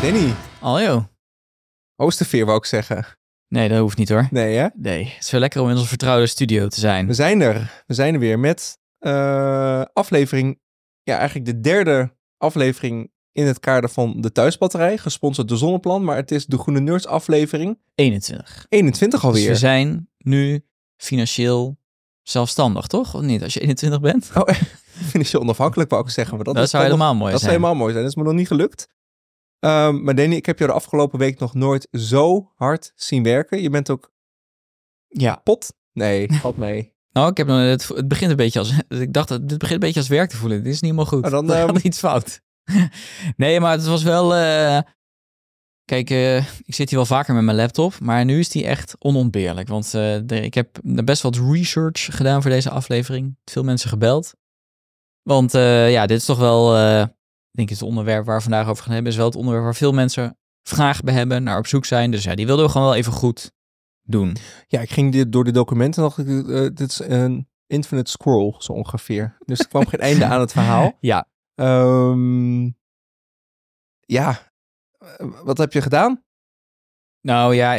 Danny. Aljo. Oosterveer wou ik zeggen. Nee, dat hoeft niet hoor. Nee, hè? Nee, het is wel lekker om in onze vertrouwde studio te zijn. We zijn er. We zijn er weer met aflevering... Ja, eigenlijk de derde aflevering in het kader van de thuisbatterij. Gesponsord door Zonneplan. Maar het is de Groene Nerds aflevering. 21. 21 alweer. Dus we zijn nu financieel zelfstandig, toch? Of niet? Als je 21 bent? Oh, financieel onafhankelijk wou ik zeggen. Maar dat zou helemaal mooi zijn. Dat zou helemaal mooi zijn. Dat is me nog niet gelukt. Maar Danny, ik heb jou de afgelopen week nog nooit zo hard zien werken. Je bent ook kapot. Nee, valt mee. Nou, het begint een beetje als... Ik dacht, het begint een beetje als werk te voelen. Dit is niet helemaal goed. Dan gaat er iets fout. Nee, maar het was wel... Kijk, ik zit hier wel vaker met mijn laptop, maar nu is die echt onontbeerlijk. Want ik heb best wat research gedaan voor deze aflevering. Veel mensen gebeld. Want dit is toch wel... ik denk het onderwerp waar we vandaag over gaan hebben... is wel het onderwerp waar veel mensen vragen bij hebben, naar op zoek zijn. Dus ja, die wilden we gewoon wel even goed doen. Ja, ik ging door de documenten nog... dit is een infinite scroll, zo ongeveer. Dus er kwam geen einde aan het verhaal. Ja. Wat heb je gedaan? Nou ja,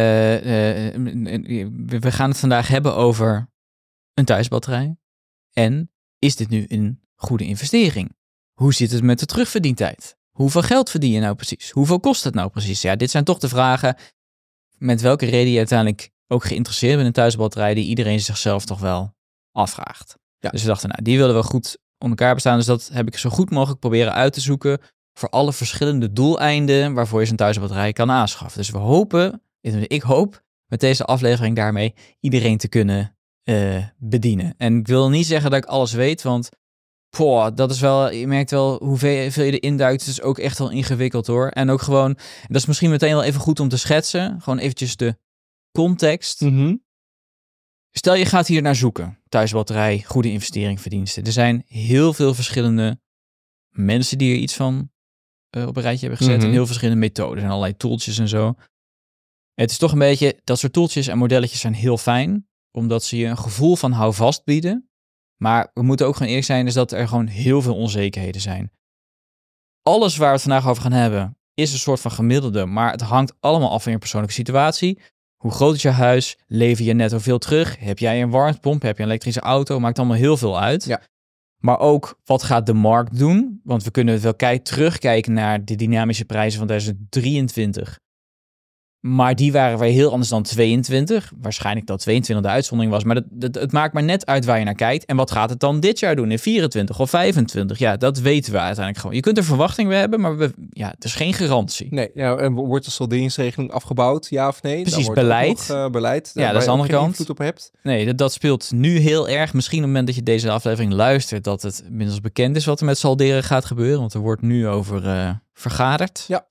we gaan het vandaag hebben over een thuisbatterij. En is dit nu een goede investering? Hoe zit het met de terugverdientijd? Hoeveel geld verdien je nou precies? Hoeveel kost het nou precies? Ja, dit zijn toch de vragen met welke reden je uiteindelijk ook geïnteresseerd bent in een thuisbatterij die iedereen zichzelf toch wel afvraagt. Ja. Dus we dachten, nou, die willen we goed onder elkaar bestaan. Dus dat heb ik zo goed mogelijk proberen uit te zoeken voor alle verschillende doeleinden waarvoor je zo'n thuisbatterij kan aanschaffen. Dus we hopen, ik hoop met deze aflevering daarmee iedereen te kunnen bedienen. En ik wil niet zeggen dat ik alles weet, want dat is wel, je merkt wel hoeveel je erin duikt. Het is ook echt wel ingewikkeld hoor. En ook gewoon, dat is misschien meteen wel even goed om te schetsen. Gewoon eventjes de context. Mm-hmm. Stel je gaat hier naar zoeken. Thuisbatterij, goede investering, verdiensten. Er zijn heel veel verschillende mensen die er iets van op een rijtje hebben gezet. Mm-hmm. En heel verschillende methoden en allerlei tooltjes en zo. Het is toch een beetje, dat soort tooltjes en modelletjes zijn heel fijn. Omdat ze je een gevoel van houvast bieden. Maar we moeten ook gewoon eerlijk zijn, is dat er gewoon heel veel onzekerheden zijn. Alles waar we het vandaag over gaan hebben, is een soort van gemiddelde. Maar het hangt allemaal af van je persoonlijke situatie. Hoe groot is je huis? Lever je netto veel terug? Heb jij een warmtepomp? Heb je een elektrische auto? Maakt allemaal heel veel uit. Ja. Maar ook, wat gaat de markt doen? Want we kunnen wel terugkijken naar de dynamische prijzen van 2023. Maar die waren weer heel anders dan 22. Waarschijnlijk dat 22 de uitzondering was. Maar het maakt maar net uit waar je naar kijkt. En wat gaat het dan dit jaar doen? In 24 of 25? Ja, dat weten we uiteindelijk gewoon. Je kunt er verwachting bij hebben, maar het is geen garantie. Nee, ja, en wordt de solderingsregeling afgebouwd? Ja of nee? Precies, beleid. Beleid. Ja, dat is de andere kant. Invloed op hebt. Nee, dat speelt nu heel erg. Misschien op het moment dat je deze aflevering luistert, dat het inmiddels bekend is wat er met salderen gaat gebeuren. Want er wordt nu over vergaderd. Ja.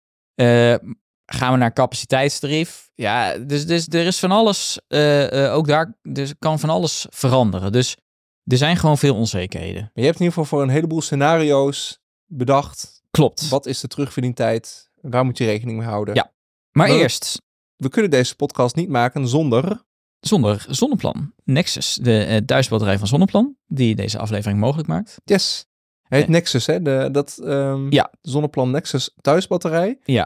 Gaan we naar capaciteitstarief? Ja, dus er is van alles, ook daar dus kan van alles veranderen. Dus er zijn gewoon veel onzekerheden. Maar je hebt in ieder geval voor een heleboel scenario's bedacht. Klopt. Wat is de terugverdientijd? Waar moet je rekening mee houden? Ja, maar eerst. We kunnen deze podcast niet maken zonder Zonneplan. Nexus, de thuisbatterij van Zonneplan, die deze aflevering mogelijk maakt. Yes. Hij heet Nexus, hè? De Zonneplan Nexus thuisbatterij. Ja.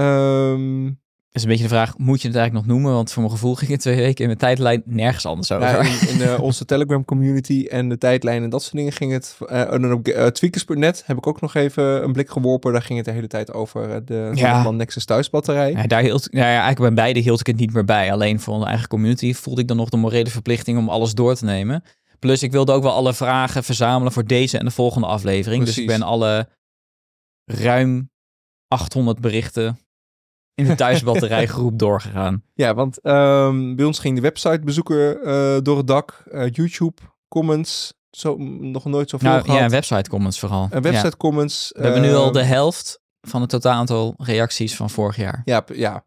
Dat is een beetje de vraag, moet je het eigenlijk nog noemen? Want voor mijn gevoel ging het 2 weken in mijn tijdlijn nergens anders over. Ja, in onze Telegram community en de tijdlijn en dat soort dingen ging het. En op tweakers.net heb ik ook nog even een blik geworpen. Daar ging het de hele tijd over de Zonneplan Nexus thuisbatterij. Ja, eigenlijk bij beide hield ik het niet meer bij. Alleen voor onze eigen community voelde ik dan nog de morele verplichting om alles door te nemen. Plus ik wilde ook wel alle vragen verzamelen voor deze en de volgende aflevering. Precies. Dus ik ben alle ruim 800 berichten in de thuisbatterijgroep doorgegaan. Ja, want bij ons ging de websitebezoeker door het dak. YouTube, comments, nog nooit zoveel gehad. Ja, website comments vooral. Website comments. We hebben nu al de helft van het totaal aantal reacties van vorig jaar. Ja.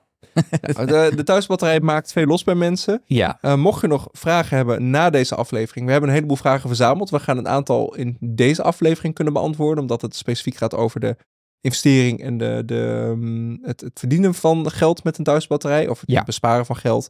De thuisbatterij maakt veel los bij mensen. Ja. Mocht je nog vragen hebben na deze aflevering. We hebben een heleboel vragen verzameld. We gaan een aantal in deze aflevering kunnen beantwoorden. Omdat het specifiek gaat over de investering en het verdienen van geld met een thuisbatterij. Of het besparen van geld.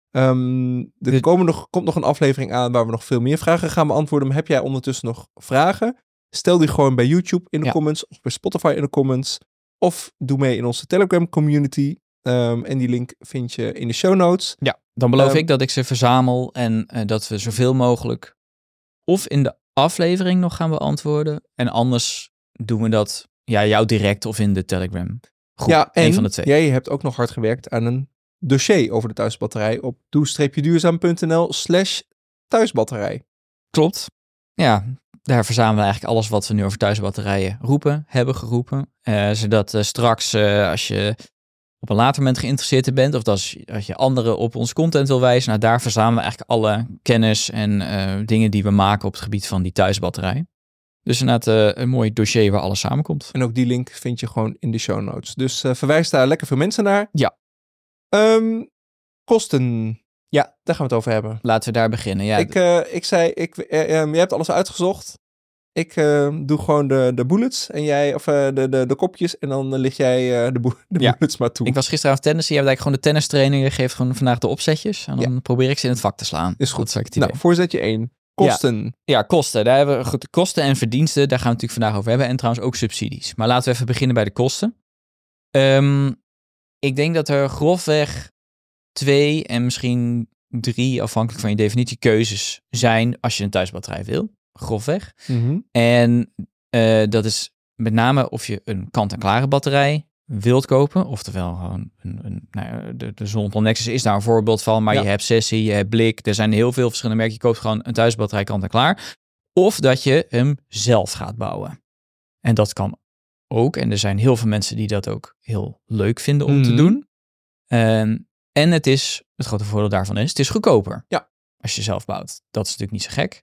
Komt nog een aflevering aan waar we nog veel meer vragen gaan beantwoorden. Maar heb jij ondertussen nog vragen? Stel die gewoon bij YouTube in de comments. Of bij Spotify in de comments. Of doe mee in onze Telegram community. En die link vind je in de show notes. Ja, dan beloof ik dat ik ze verzamel en dat we zoveel mogelijk of in de aflevering nog gaan beantwoorden. En anders doen we dat jou direct of in de Telegram groep. Ja, en een van de twee. Jij hebt ook nog hard gewerkt aan een dossier over de thuisbatterij op doe-duurzaam.nl/thuisbatterij. Klopt. Ja, daar verzamelen we eigenlijk alles wat we nu over thuisbatterijen hebben geroepen. Zodat straks als je op een later moment geïnteresseerd bent, of als je anderen op ons content wil wijzen, nou daar verzamelen we eigenlijk alle kennis en dingen die we maken op het gebied van die thuisbatterij. Dus inderdaad een mooi dossier waar alles samenkomt. En ook die link vind je gewoon in de show notes. Dus verwijs daar lekker veel mensen naar. Ja. Kosten. Ja, daar gaan we het over hebben. Laten we daar beginnen. Ja, je hebt alles uitgezocht. Ik doe gewoon de bullets en jij, of de kopjes, en dan licht jij de bullets maar toe. Ik was gisteravond tennissen. Jij hebt eigenlijk gewoon de tennistraining. Je geeft gewoon vandaag de opzetjes. En dan probeer ik ze in het vak te slaan. Is goed. Dat is het idee. Nou, voorzetje 1. Kosten. Ja, kosten. Daar hebben we goed, kosten en verdiensten. Daar gaan we het natuurlijk vandaag over hebben. En trouwens ook subsidies. Maar laten we even beginnen bij de kosten. Ik denk dat er grofweg 2 en misschien 3, afhankelijk van je definitie, keuzes zijn als je een thuisbatterij wil. Grofweg. Mm-hmm. En dat is met name of je een kant-en-klare batterij wilt kopen. Oftewel gewoon de Zonneplan Nexus is daar een voorbeeld van. Maar je hebt Sessie, je hebt Blik. Er zijn heel veel verschillende merken. Je koopt gewoon een thuisbatterij kant-en-klaar. Of dat je hem zelf gaat bouwen. En dat kan ook. En er zijn heel veel mensen die dat ook heel leuk vinden om te doen. En het grote voordeel daarvan is, het is goedkoper. Ja. Als je zelf bouwt. Dat is natuurlijk niet zo gek.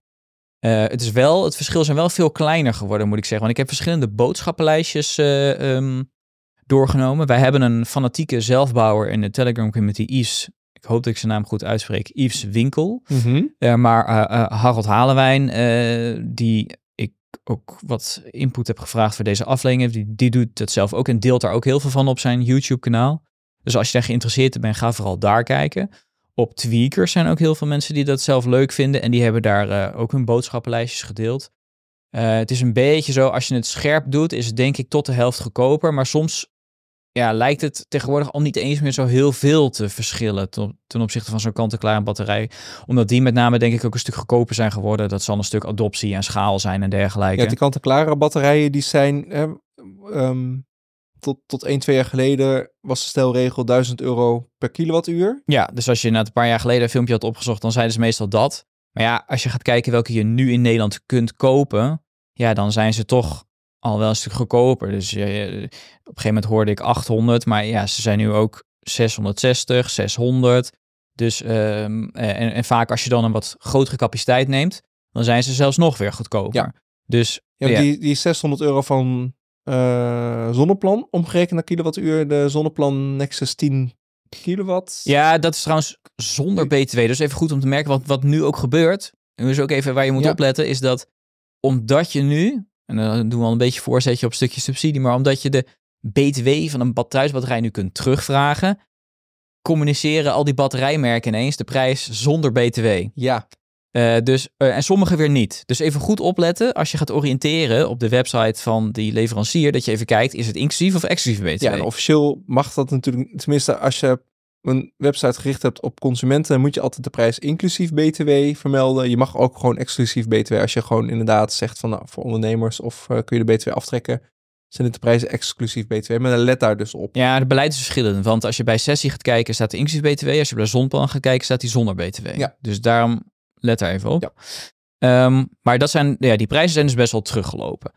Het verschil zijn wel veel kleiner geworden, moet ik zeggen. Want ik heb verschillende boodschappenlijstjes doorgenomen. Wij hebben een fanatieke zelfbouwer in de Telegram community, Yves. Ik hoop dat ik zijn naam goed uitspreek. Yves Winkel. Mm-hmm. Maar Harold Halewijn, die ik ook wat input heb gevraagd voor deze aflevering, die doet het zelf ook en deelt daar ook heel veel van op zijn YouTube-kanaal. Dus als je daar geïnteresseerd in bent, ga vooral daar kijken. Op Tweakers zijn ook heel veel mensen die dat zelf leuk vinden. En die hebben daar ook hun boodschappenlijstjes gedeeld. Het is een beetje zo, als je het scherp doet, is het denk ik tot de helft goedkoper. Maar soms lijkt het tegenwoordig al niet eens meer zo heel veel te verschillen ten opzichte van zo'n kant-en-klare batterij. Omdat die met name denk ik ook een stuk goedkoper zijn geworden. Dat zal een stuk adoptie en schaal zijn en dergelijke. Ja, die kant-en-klare batterijen die zijn... Tot 1-2 jaar geleden was de stelregel €1000 per kilowattuur. Ja, dus als je na een paar jaar geleden een filmpje had opgezocht, dan zeiden ze meestal dat. Maar ja, als je gaat kijken welke je nu in Nederland kunt kopen, dan zijn ze toch al wel een stuk goedkoper. Dus op een gegeven moment hoorde ik 800, maar ja, ze zijn nu ook 660, 600. Dus en vaak als je dan een wat grotere capaciteit neemt, dan zijn ze zelfs nog weer goedkoper. Ja. Dus die €600 van Zonneplan, omgerekend naar kilowattuur, de Zonneplan Nexus 10 kilowatt. Ja, dat is trouwens zonder BTW. Dus even goed om te merken, wat nu ook gebeurt, en dus ook even waar je moet opletten, is dat omdat je nu, en dan doen we al een beetje voorzetje op een stukje subsidie, maar omdat je de BTW van een thuisbatterij nu kunt terugvragen, communiceren al die batterijmerken ineens de prijs zonder BTW. Ja. En sommige weer niet. Dus even goed opletten als je gaat oriënteren op de website van die leverancier, dat je even kijkt, is het inclusief of exclusief BTW? Ja, en officieel mag dat natuurlijk, tenminste als je een website gericht hebt op consumenten, moet je altijd de prijs inclusief BTW vermelden. Je mag ook gewoon exclusief BTW als je gewoon inderdaad zegt van voor ondernemers of kun je de BTW aftrekken. Zijn dit de prijzen exclusief BTW, maar let daar dus op. Ja, de beleid is verschillend, want als je bij Sessie gaat kijken, staat er inclusief BTW. Als je bij Zonneplan gaat kijken, staat die zonder BTW. Ja. Dus daarom let daar even op. Ja. Maar die prijzen zijn dus best wel teruggelopen.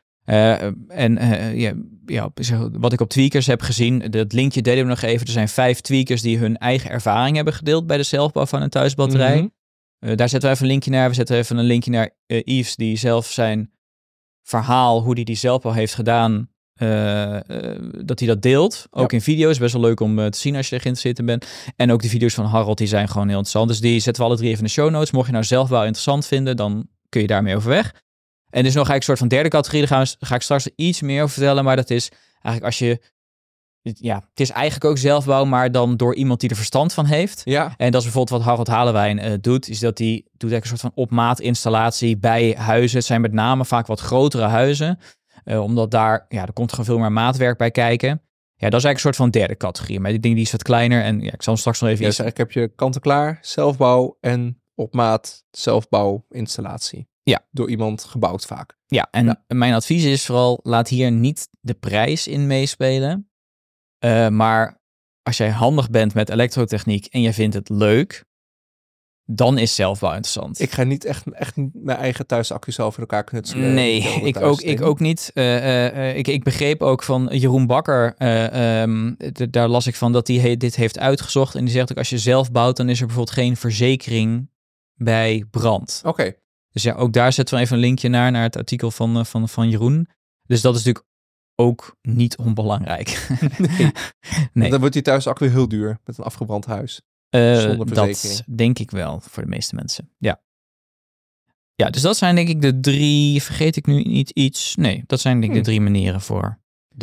Wat ik op Tweakers heb gezien, dat linkje deden we nog even. Er zijn 5 Tweakers die hun eigen ervaring hebben gedeeld bij de zelfbouw van een thuisbatterij. Mm-hmm. Daar zetten we even een linkje naar. We zetten even een linkje naar Yves, die zelf zijn verhaal, hoe die zelfbouw heeft gedaan, dat hij dat deelt. Ook in video's. Best wel leuk om te zien als je er geïnteresseerd in bent. En ook de video's van Harold, die zijn gewoon heel interessant. Dus die zetten we alle 3 even in de show notes. Mocht je nou zelfbouw interessant vinden, dan kun je daarmee overweg. En er is nog eigenlijk een soort van derde categorie. Daar ga ik straks iets meer over vertellen. Maar dat is eigenlijk als je... Ja, het is eigenlijk ook zelfbouw, maar dan door iemand die er verstand van heeft. Ja. En dat is bijvoorbeeld wat Harold Halewijn doet. Is dat hij doet eigenlijk een soort van op-maat installatie bij huizen. Het zijn met name vaak wat grotere huizen. Omdat daar komt gewoon veel meer maatwerk bij kijken. Ja, dat is eigenlijk een soort van derde categorie. Maar die ding die is wat kleiner. En ik zal hem straks nog even Dus eigenlijk heb je kant-en-klaar, zelfbouw en op maat zelfbouwinstallatie. Ja. Door iemand gebouwd vaak. Ja, en mijn advies is vooral, laat hier niet de prijs in meespelen. Maar als jij handig bent met elektrotechniek en jij vindt het leuk, dan is zelfbouw interessant. Ik ga niet echt mijn eigen thuisaccu zelf in elkaar knutselen. Nee, ik ook niet. Ik begreep ook van Jeroen Bakker, daar las ik van dat hij dit heeft uitgezocht. En die zegt ook, als je zelf bouwt, dan is er bijvoorbeeld geen verzekering bij brand. Oké. Dus ja, ook daar zetten we even een linkje naar het artikel van Jeroen. Dus dat is natuurlijk ook niet onbelangrijk. Nee. Dan wordt die thuisaccu heel duur met een afgebrand huis. Zonder verzekering. Dat denk ik wel voor de meeste mensen. Ja. Ja, dus dat zijn denk ik de 3. Vergeet ik nu niet iets? Nee, dat zijn denk ik de 3 manieren voor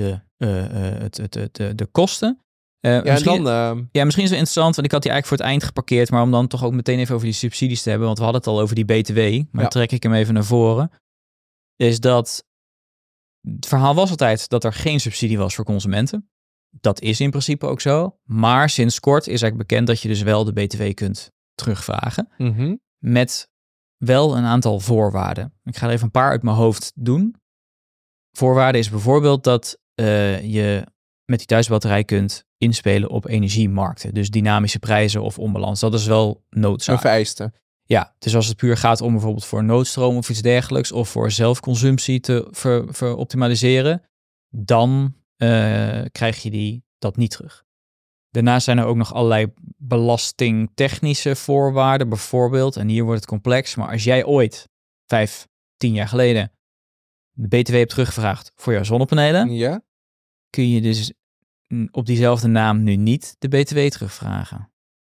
de kosten. Misschien is het wel interessant, want ik had die eigenlijk voor het eind geparkeerd, maar om dan toch ook meteen even over die subsidies te hebben, want we hadden het al over die BTW, maar trek ik hem even naar voren, is dat het verhaal was altijd dat er geen subsidie was voor consumenten. Dat is in principe ook zo, maar sinds kort is eigenlijk bekend dat je dus wel de BTW kunt terugvragen, met wel een aantal voorwaarden. Ik ga er even een paar uit mijn hoofd doen. Voorwaarde is bijvoorbeeld dat je met die thuisbatterij kunt inspelen op energiemarkten. Dus dynamische prijzen of onbalans. Dat is wel noodzaak. Een vereiste. Ja, dus als het puur gaat om bijvoorbeeld voor noodstroom of iets dergelijks, of voor zelfconsumptie te optimaliseren, dan krijg je dat niet terug. Daarnaast zijn er ook nog allerlei belastingtechnische voorwaarden, bijvoorbeeld, en hier wordt het complex, maar als jij ooit 5, 10 jaar geleden de BTW hebt teruggevraagd voor jouw zonnepanelen, kun je dus op diezelfde naam nu niet de BTW terugvragen.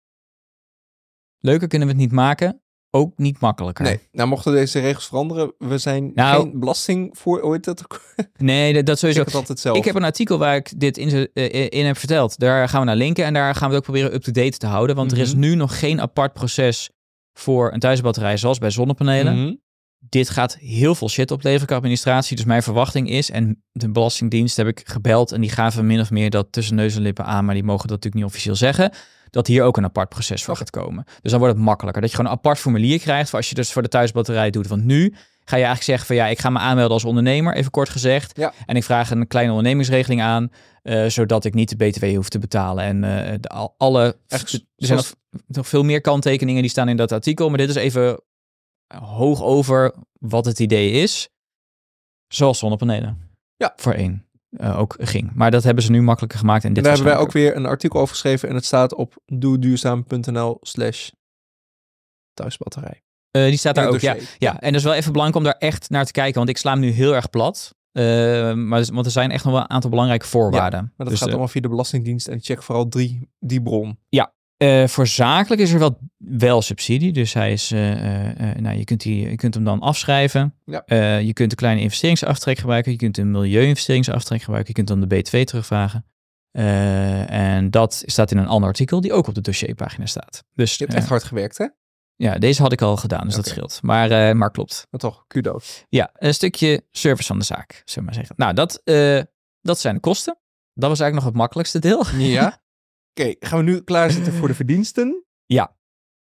Leuker kunnen we het niet maken, ook niet makkelijker. Nee, nou mochten deze regels veranderen, we zijn geen belasting voor ooit dat. Nee, dat sowieso. Ik, het altijd zelf. Ik heb een artikel waar ik dit in heb verteld. Daar gaan we naar linken en daar gaan we het ook proberen up-to-date te houden, want er is nu nog geen apart proces voor een thuisbatterij zoals bij zonnepanelen. Dit gaat heel veel shit opleveren qua administratie. Dus mijn verwachting is, en de Belastingdienst heb ik gebeld en die gaven min of meer dat tussen neus en lippen aan, maar die mogen dat natuurlijk niet officieel zeggen, dat hier ook een apart proces voor gaat komen. Dus dan wordt het makkelijker. Dat je gewoon een apart formulier krijgt voor als je dus voor de thuisbatterij doet. Want nu ga je eigenlijk zeggen van ik ga me aanmelden als ondernemer, even kort gezegd. Ja. En ik vraag een kleine ondernemingsregeling aan, zodat ik niet de BTW hoef te betalen. En er zijn nog veel meer kanttekeningen die staan in dat artikel, maar dit is even hoog over wat het idee is. Zoals zonnepanelen. Ja. Voor 1 ook ging. Maar dat hebben ze nu makkelijker gemaakt. En daar hebben wij ook weer een artikel over geschreven en het staat op doeduurzaam.nl/thuisbatterij. Die staat daar ook, ja. En dat is wel even belangrijk om daar echt naar te kijken, want ik sla hem nu heel erg plat. Want er zijn echt nog wel een aantal belangrijke voorwaarden. Ja, maar dat gaat allemaal via de Belastingdienst en check vooral die bron. Ja. Voor zakelijk is er wel subsidie. Dus hij is, je kunt hem dan afschrijven. Ja. Je kunt een kleine investeringsaftrek gebruiken. Je kunt een milieu-investeringsaftrek gebruiken. Je kunt dan de BTW terugvragen. En dat staat in een ander artikel die ook op de dossierpagina staat. Dus, je hebt echt hard gewerkt, hè? Ja, deze had ik al gedaan, dus dat scheelt. Maar klopt. Maar toch, kudo's. Ja, een stukje service van de zaak, zullen we maar zeggen. Nou, dat zijn de kosten. Dat was eigenlijk nog het makkelijkste deel. Ja. Oké, gaan we nu klaarzitten voor de verdiensten? Ja.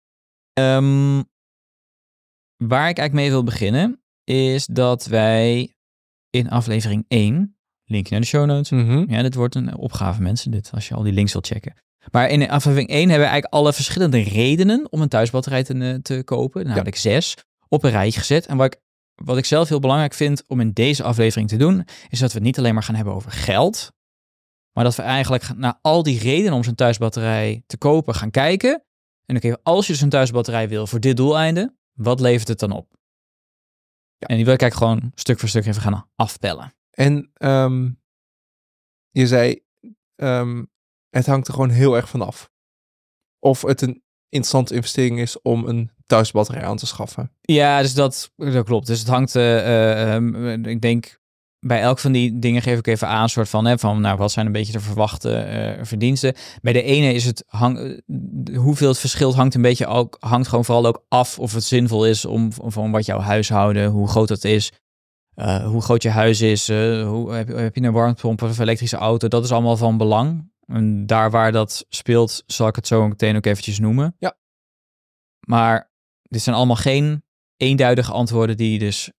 Waar ik eigenlijk mee wil beginnen, is dat wij in aflevering 1, linkje naar de show notes. Ja, dit wordt een opgave, mensen, dit, als je al die links wilt checken. Maar in aflevering 1 hebben we eigenlijk alle verschillende redenen om een thuisbatterij te kopen, namelijk 6, op een rijtje gezet. En wat ik zelf heel belangrijk vind om in deze aflevering te doen, is dat we het niet alleen maar gaan hebben over geld, maar dat we eigenlijk naar al die redenen om zo'n thuisbatterij te kopen gaan kijken. En dan kun je, als je dus een thuisbatterij wil voor dit doeleinde, wat levert het dan op? Ja. En die wil ik eigenlijk gewoon stuk voor stuk even gaan afpellen. En je zei, het hangt er gewoon heel erg vanaf. Of het een interessante investering is om een thuisbatterij aan te schaffen. Ja, dus dat klopt. Dus het hangt, ik denk, bij elk van die dingen geef ik even aan, een soort van wat zijn een beetje de verwachte verdiensten. Bij de ene is het, hoeveel het verschilt hangt een beetje hangt gewoon vooral ook af of het zinvol is om van wat jouw huishouden, hoe groot dat is, hoe groot je huis is, heb je een warmtepomp of een elektrische auto. Dat is allemaal van belang. En daar waar dat speelt, zal ik het zo meteen ook eventjes noemen. Ja. Maar dit zijn allemaal geen eenduidige antwoorden die dus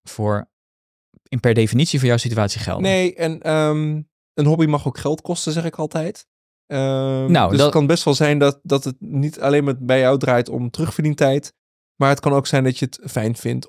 per definitie voor jouw situatie gelden. Nee, en een hobby mag ook geld kosten, zeg ik altijd. Nou, dus het kan best wel zijn dat het niet alleen maar bij jou draait om terugverdientijd. Maar het kan ook zijn dat je het fijn vindt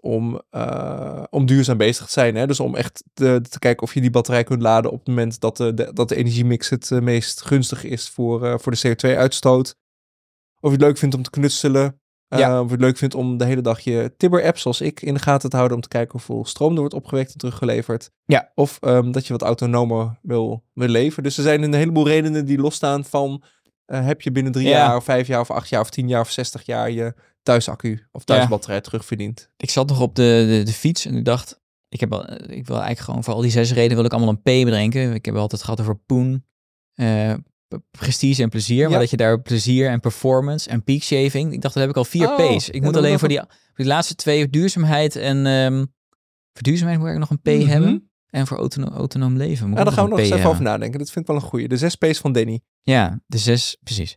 om duurzaam bezig te zijn. Hè? Dus om echt te kijken of je die batterij kunt laden op het moment dat de energiemix het meest gunstig is voor de CO2-uitstoot. Of je het leuk vindt om te knutselen. Of je het leuk vindt om de hele dag je Tibber-app, zoals ik, in de gaten te houden om te kijken hoeveel stroom er wordt opgewekt en teruggeleverd. Ja. Of dat je wat autonomer wil leven. Dus er zijn een heleboel redenen die losstaan van heb je binnen 3 jaar of 5 jaar of 8 jaar of 10 jaar of 60 jaar je thuisaccu of thuisbatterij terugverdiend. Ik zat nog op de fiets en ik dacht, ik wil eigenlijk gewoon voor al die 6 redenen wil ik allemaal een P bedenken. Ik heb altijd gehad over poen, prestige en plezier, maar dat je daar plezier en performance en peak shaving, ik dacht, dat heb ik al 4 P's. Ik moet alleen voor die laatste 2, duurzaamheid en verduurzaamheid moet ik nog een P hebben. En voor autonoom leven moet ik daar gaan we nog eens even hebben. over nadenken. Dat vind ik wel een goeie. De 6 P's van Danny. Ja, de 6, precies.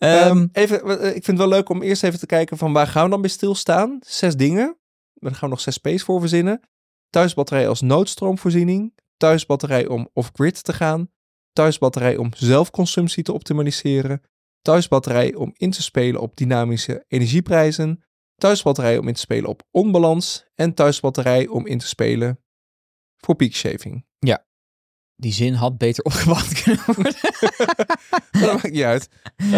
Ik vind het wel leuk om eerst even te kijken van waar gaan we dan bij stilstaan. 6 dingen. Daar gaan we nog 6 P's voor verzinnen. Thuisbatterij als noodstroomvoorziening. Thuisbatterij om off-grid te gaan. Thuisbatterij om zelfconsumptie te optimaliseren. Thuisbatterij om in te spelen op dynamische energieprijzen. Thuisbatterij om in te spelen op onbalans. En thuisbatterij om in te spelen voor peak shaving. Ja. Die zin had beter opgebouwd kunnen worden. Dat maakt niet uit.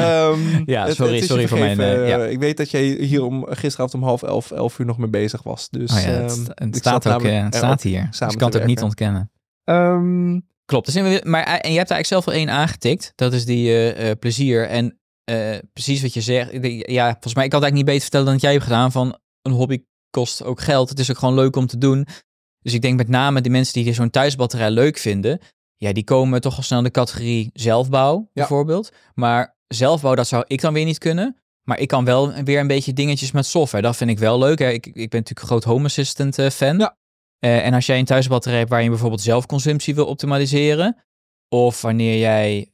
Sorry voor mijn... Ik weet dat jij hier gisteravond om 11 uur nog mee bezig was. Dus, het staat hier. Dus ik kan het ook niet ontkennen. Klopt. Dus en je hebt eigenlijk zelf wel 1 aangetikt. Dat is die plezier. En precies wat je zegt. Volgens mij, ik had eigenlijk niet beter vertellen dan dat jij hebt gedaan. Van een hobby kost ook geld. Het is ook gewoon leuk om te doen. Dus ik denk met name die mensen die zo'n thuisbatterij leuk vinden, die komen toch al snel in de categorie zelfbouw, bijvoorbeeld. Maar zelfbouw, dat zou ik dan weer niet kunnen. Maar ik kan wel weer een beetje dingetjes met software. Dat vind ik wel leuk. Hè. Ik ben natuurlijk een groot Home Assistant fan. Ja. En als jij een thuisbatterij hebt waar je bijvoorbeeld zelfconsumptie wil optimaliseren, of wanneer jij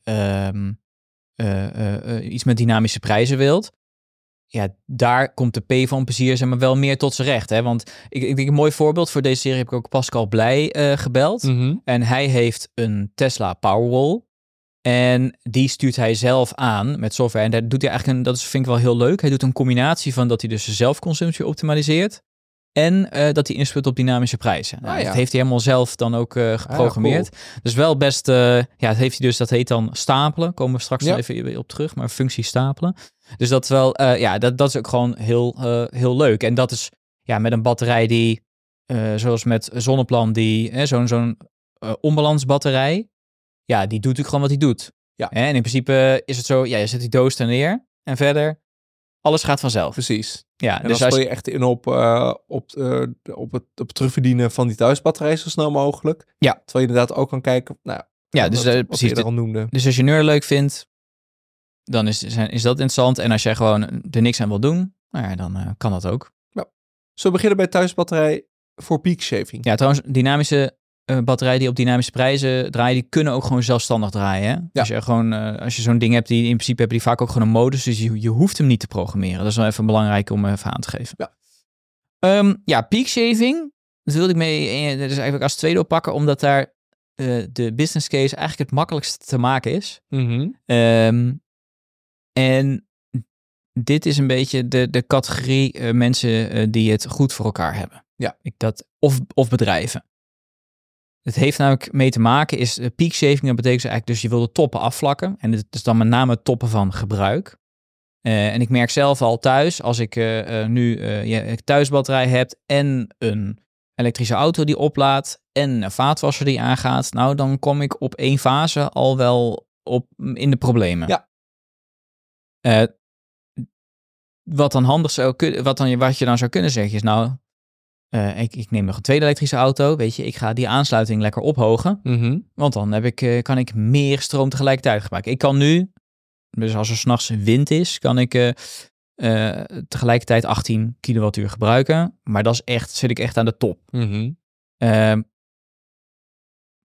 iets met dynamische prijzen wilt, daar komt de P van plezier zeg maar wel meer tot zijn recht. Hè? Want ik denk een mooi voorbeeld voor deze serie heb ik ook Pascal Blij gebeld. Mm-hmm. En hij heeft een Tesla Powerwall. En die stuurt hij zelf aan met software. En daar doet hij eigenlijk vind ik wel heel leuk. Hij doet een combinatie van dat hij dus de zelfconsumptie optimaliseert. En dat hij inspeelt op dynamische prijzen. Dat heeft hij helemaal zelf dan ook geprogrammeerd. Cool. Dus wel best, het heeft hij dus, dat heet dan stapelen. Komen we straks even op terug, maar functie stapelen. Dus dat wel, dat is ook gewoon heel leuk. En dat is met een batterij die, zoals met Zonneplan, die zo'n onbalansbatterij, die doet natuurlijk gewoon wat hij doet. Ja. En in principe is het zo, je zet die doos er neer en verder, alles gaat vanzelf. Precies. Ja, en dus dan speel je echt in op het terugverdienen van die thuisbatterij zo snel mogelijk. Ja. Terwijl je inderdaad ook kan kijken, precies. Je er al noemde. Dus als je nerd leuk vindt, dan is dat interessant. En als jij gewoon er niks aan wil doen, dan kan dat ook. Ja. Zullen we beginnen bij thuisbatterij voor peak shaving? Ja, trouwens, dynamische batterijen die op dynamische prijzen draaien, die kunnen ook gewoon zelfstandig draaien. Hè? Ja. Als je zo'n ding hebt, die in principe hebben die vaak ook gewoon een modus, dus je hoeft hem niet te programmeren. Dat is wel even belangrijk om even aan te geven. Ja. Peak shaving, dat wilde ik dus eigenlijk als tweede oppakken, omdat daar de business case eigenlijk het makkelijkst te maken is. Mm-hmm. En dit is een beetje de categorie mensen die het goed voor elkaar hebben. Ja. Of bedrijven. Het heeft namelijk mee te maken, is peak shaving, dat betekent eigenlijk dus je wil de toppen afvlakken. En het is dan met name het toppen van gebruik. En ik merk zelf al thuis, als ik nu een thuisbatterij heb en een elektrische auto die oplaadt en een vaatwasser die aangaat, dan kom ik op 1 fase al wel in de problemen. Ja. Wat dan handig zou kunnen, wat je dan zou kunnen zeggen is, ik neem nog een tweede elektrische auto, weet je, ik ga die aansluiting lekker ophogen, want dan kan ik meer stroom tegelijkertijd gebruiken. Ik kan nu, dus als er 's nachts wind is, kan ik tegelijkertijd 18 kilowattuur gebruiken, maar dat is zit ik echt aan de top.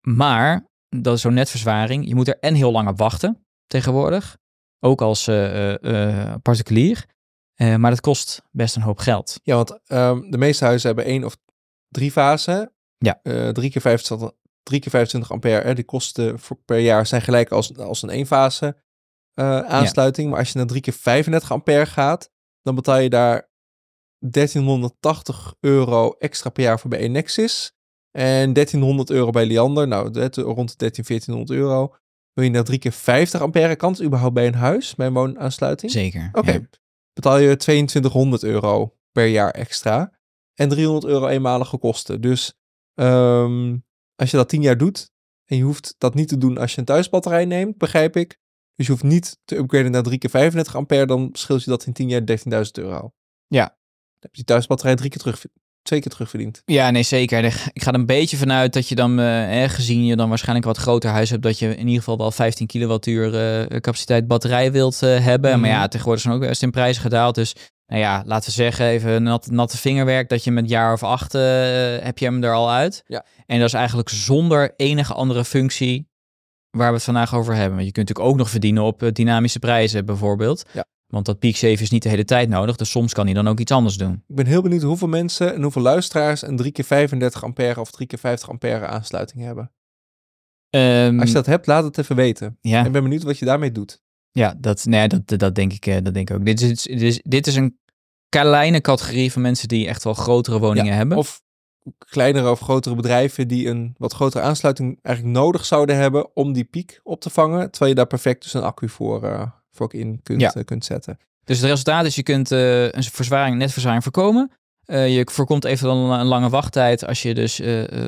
Maar, dat is zo'n netverzwaring. Je moet er en heel lang op wachten tegenwoordig. Ook als particulier. Maar dat kost best een hoop geld. Ja, want de meeste huizen hebben 1 of 3 fasen. Ja. 3 keer 25 ampère. Die kosten per jaar zijn gelijk als een 1 fase aansluiting. Maar als je naar 3 keer 35 ampère gaat, dan betaal je daar €1380 extra per jaar voor bij Enexis. En €1300 bij Liander. Nou, rond de €1400. Wil je naar 3 keer 50 ampère, kan het überhaupt bij een huis, bij een woonaansluiting? Zeker. Oké. Ja. Betaal je €2200 per jaar extra. En €300 eenmalige kosten. Dus als je dat 10 jaar doet, en je hoeft dat niet te doen als je een thuisbatterij neemt, begrijp ik. Dus je hoeft niet te upgraden naar 3 keer 35 ampère, dan scheelt je dat in 10 jaar €13.000. Ja. Dan heb je die thuisbatterij 2 keer terugverdiend. Ja, nee, zeker. Ik ga er een beetje vanuit dat je dan, gezien je dan waarschijnlijk een wat groter huis hebt, dat je in ieder geval wel 15 kilowattuur capaciteit batterij wilt hebben. Mhm. Maar ja, tegenwoordig zijn ook best in prijzen gedaald. Dus nou ja, laten we zeggen, even natte vingerwerk, dat je met een jaar of 8 heb je hem er al uit. Ja. En dat is eigenlijk zonder enige andere functie waar we het vandaag over hebben. Want je kunt natuurlijk ook nog verdienen op dynamische prijzen bijvoorbeeld. Ja. Want dat peak save is niet de hele tijd nodig. Dus soms kan hij dan ook iets anders doen. Ik ben heel benieuwd hoeveel mensen en hoeveel luisteraars een 3 keer 35 ampère of 3 keer 50 ampère aansluiting hebben. Als je dat hebt, laat het even weten. Ja. Ik ben benieuwd wat je daarmee doet. Ja, dat denk ik ook. Dit is een kleine categorie van mensen die echt wel grotere woningen hebben. Of kleinere of grotere bedrijven die een wat grotere aansluiting eigenlijk nodig zouden hebben om die piek op te vangen. Terwijl je daar perfect dus een accu voor in kunt zetten. Dus het resultaat is, je kunt een netverzwaring voorkomen. Je voorkomt eventueel een lange wachttijd als je dus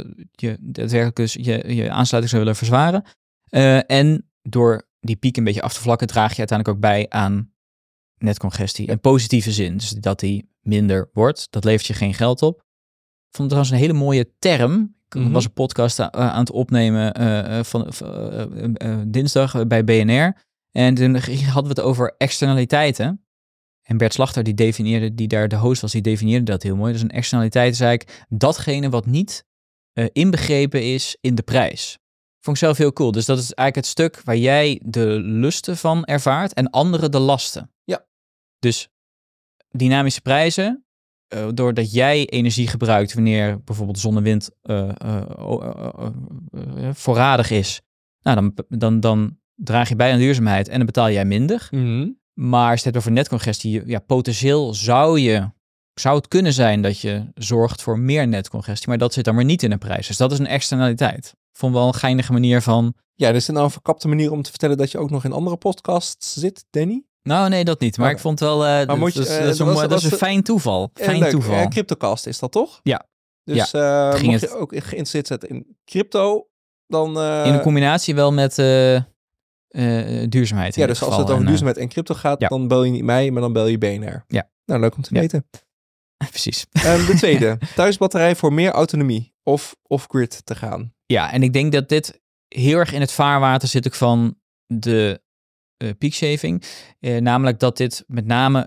je aansluiting zou willen verzwaren. En door die piek een beetje af te vlakken, draag je uiteindelijk ook bij aan netcongestie. In positieve zin. Dus dat die minder wordt. Dat levert je geen geld op. Ik vond het trouwens een hele mooie term. Ik was een podcast aan het opnemen van dinsdag bij BNR. En toen hadden we het over externaliteiten. En Bert Slachter, die daar de host was, die definieerde dat heel mooi. Dus een externaliteit is eigenlijk datgene wat niet inbegrepen is in de prijs. Vond ik zelf heel cool. Dus dat is eigenlijk het stuk waar jij de lusten van ervaart en anderen de lasten. Ja. Dus dynamische prijzen, doordat jij energie gebruikt wanneer bijvoorbeeld zon en wind voorradig is, nou, dan draag je bij aan duurzaamheid en dan betaal jij minder. Mm-hmm. Maar als je het hebt over netcongestie, ja, potentieel zou het kunnen zijn dat je zorgt voor meer netcongestie, maar dat zit dan maar niet in de prijs. Dus dat is een externaliteit. Vond wel een geinige manier van... Ja, dus is nou een verkapte manier om te vertellen dat je ook nog in andere podcasts zit, Danny? Nou, nee, dat niet. Maar ik vond wel... dat is een fijn toeval. Fijn toeval. Cryptocast is dat toch? Ja. Dus mocht je ook geïnteresseerd zijn in crypto, dan... in een combinatie wel met duurzaamheid. Ja, dus als het over duurzaamheid en crypto gaat, dan bel je niet mij, maar dan bel je BNR. Ja. Nou, leuk om te weten. Precies. De tweede, thuisbatterij voor meer autonomie of off-grid te gaan. Ja, en ik denk dat dit heel erg in het vaarwater zit ook van de peakshaving. Namelijk dat dit met name...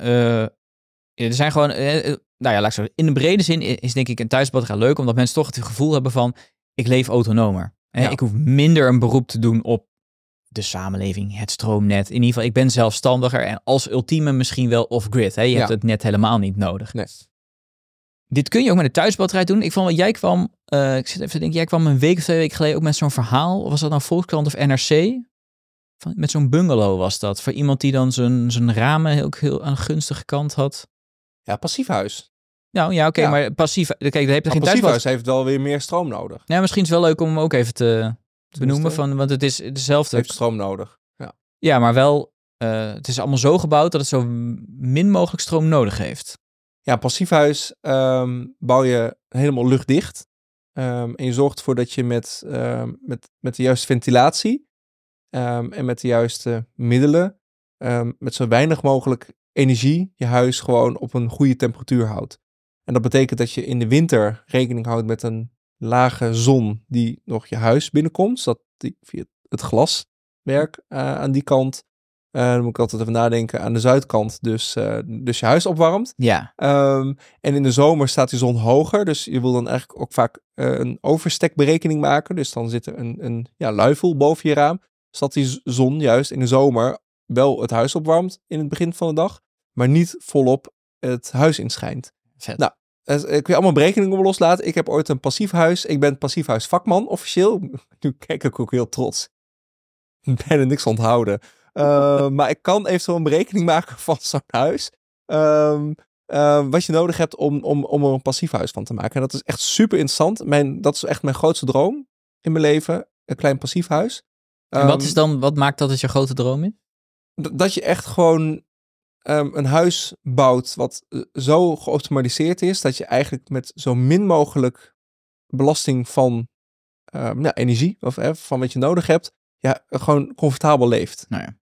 er zijn gewoon... laat ik zo, in de brede zin is denk ik een thuisbatterij leuk, omdat mensen toch het gevoel hebben van, ik leef autonomer. Ja. Ik hoef minder een beroep te doen op de samenleving, het stroomnet. In ieder geval, ik ben zelfstandiger en als ultieme misschien wel off-grid. Je hebt het net helemaal niet nodig. Nee. Dit kun je ook met een thuisbatterij doen. Ik vond wel, jij kwam, ik zit even te denken, jij kwam een week of 2 weken geleden ook met zo'n verhaal. Of was dat nou Volkskrant of NRC? Met zo'n bungalow was dat. Voor iemand die dan zijn ramen ook heel aan de gunstige kant had. Ja, passief huis. Nou ja, oké, maar passief. Kijk, daar heb je geen passief huis heeft wel weer meer stroom nodig. Ja, misschien is het wel leuk om hem ook even te benoemen. Want het is dezelfde. Het heeft stroom nodig. Ja, maar wel, het is allemaal zo gebouwd dat het zo min mogelijk stroom nodig heeft. Ja, een passief huis bouw je helemaal luchtdicht. En je zorgt ervoor dat je met de juiste ventilatie en met de juiste middelen, met zo weinig mogelijk energie, je huis gewoon op een goede temperatuur houdt. En dat betekent dat je in de winter rekening houdt met een lage zon die nog je huis binnenkomt, zodat die via het glaswerk aan die kant Dan moet ik altijd even nadenken aan de zuidkant. Dus je huis opwarmt. Ja. En in de zomer staat die zon hoger. Dus je wil dan eigenlijk ook vaak een overstekberekening maken. Dus dan zit er een luifel boven je raam. Zodat die zon juist in de zomer wel het huis opwarmt in het begin van de dag. Maar niet volop het huis inschijnt. Vet. Nou, ik wil allemaal berekeningen loslaten. Ik heb ooit een passief huis. Ik ben passief huisvakman officieel. Nu kijk ik ook heel trots. Bijna niks onthouden. Maar ik kan eventueel een berekening maken van zo'n huis. Wat je nodig hebt om er een passief huis van te maken. En dat is echt super interessant. Dat is echt mijn grootste droom in mijn leven. Een klein passief huis. En wat maakt dat het je grote droom is? Dat je echt gewoon een huis bouwt wat zo geoptimaliseerd is. Dat je eigenlijk met zo min mogelijk belasting van energie. Of van wat je nodig hebt. Ja, gewoon comfortabel leeft. Nou ja.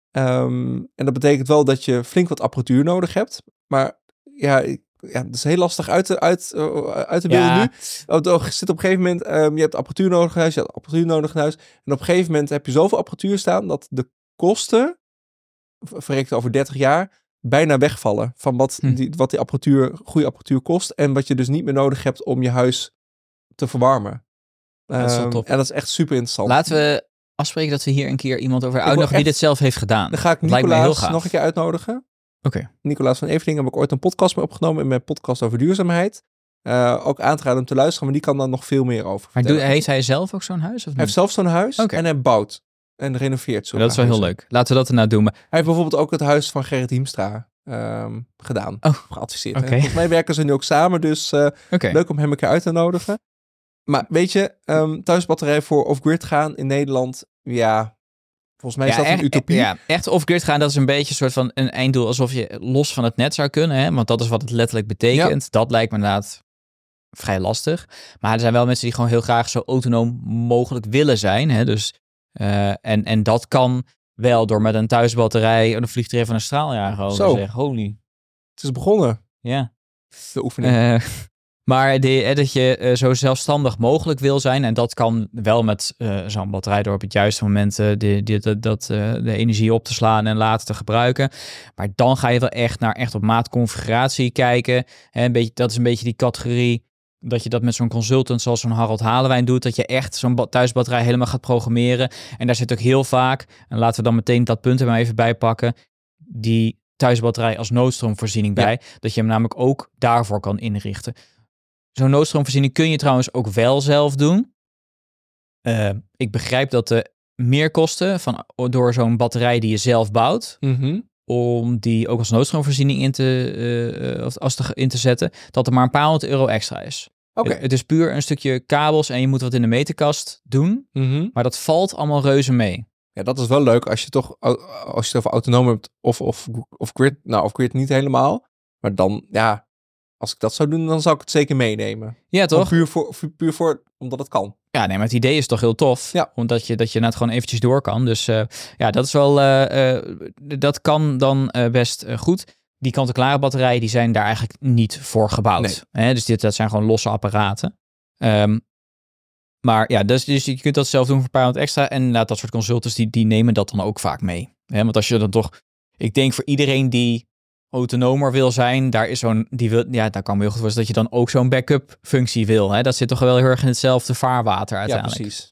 En dat betekent wel dat je flink wat apparatuur nodig hebt. Maar dat is heel lastig uit te beelden nu. Er zit op een gegeven moment, je hebt apparatuur nodig in huis, je hebt apparatuur nodig in huis. En op een gegeven moment heb je zoveel apparatuur staan dat de kosten, verrekend over 30 jaar, bijna wegvallen. Van wat die goede apparatuur kost. En wat je dus niet meer nodig hebt om je huis te verwarmen. Dat is wel top. En dat is echt super interessant. Laten we afspreken dat we hier een keer iemand over uitnodigen die dit zelf heeft gedaan. Dan ga ik Nicolaas nog een keer uitnodigen. Oké. Nicolaas van Eveling heb ik ooit een podcast mee opgenomen in mijn podcast over duurzaamheid. Ook aan te raden om te luisteren, maar die kan daar nog veel meer over vertellen. Maar heeft hij zelf ook zo'n huis? Of niet? Hij heeft zelf zo'n huis en hij bouwt en renoveert zo. Dat is wel heel leuk. Laten we dat er nou doen. Maar hij heeft bijvoorbeeld ook het huis van Gerrit Hiemstra gedaan. Geadviseerd. Okay. Volgens mij werken ze nu ook samen, dus leuk om hem een keer uit te nodigen. Maar weet je, thuisbatterij voor off-grid gaan in Nederland, volgens mij is dat een utopie. Ja, echt off-grid gaan, dat is een beetje een soort van een einddoel, alsof je los van het net zou kunnen. Hè? Want dat is wat het letterlijk betekent. Ja. Dat lijkt me inderdaad vrij lastig. Maar er zijn wel mensen die gewoon heel graag zo autonoom mogelijk willen zijn. Hè? Dus, en dat kan wel door met een thuisbatterij en een vliegtuig van een straaljager zeggen. Holy. Het is begonnen. Ja. De oefening. Maar dat je zo zelfstandig mogelijk wil zijn. En dat kan wel met zo'n batterij door op het juiste moment de energie op te slaan en later te gebruiken. Maar dan ga je wel echt op maat configuratie kijken. Dat is een beetje die categorie dat je dat met zo'n consultant zoals zo'n Harold Halewijn doet. Dat je echt zo'n thuisbatterij helemaal gaat programmeren. En daar zit ook heel vaak, en laten we dan meteen dat punt er maar even bij pakken, die thuisbatterij als noodstroomvoorziening bij. Dat je hem namelijk ook daarvoor kan inrichten. Zo'n noodstroomvoorziening kun je trouwens ook wel zelf doen. Ik begrijp dat de meerkosten door zo'n batterij die je zelf bouwt, om die ook als noodstroomvoorziening in te zetten, dat er maar een paar €100 extra is. Okay. Het is puur een stukje kabels en je moet wat in de meterkast doen, maar dat valt allemaal reuze mee. Ja, dat is wel leuk als je het over autonoom hebt of grid. Nou, of grid niet helemaal. Maar dan, als ik dat zou doen, dan zou ik het zeker meenemen. Ja, toch? Puur voor omdat het kan. Ja, nee, maar het idee is toch heel tof. Ja. Omdat je net gewoon eventjes door kan. Dus dat is wel, dat kan dan best goed. Die kant-en-klare batterijen, die zijn daar eigenlijk niet voor gebouwd. Nee. Dus dat zijn gewoon losse apparaten. Maar ja, dus je kunt dat zelf doen voor een paar €100 extra. En dat soort consultants, die nemen dat dan ook vaak mee. Want als je dan toch, ik denk voor iedereen die autonomer wil zijn, daar kan me heel goed voorstellen dat je dan ook zo'n backup functie wil. Hè? Dat zit toch wel heel erg in hetzelfde vaarwater uiteindelijk. Ja, precies.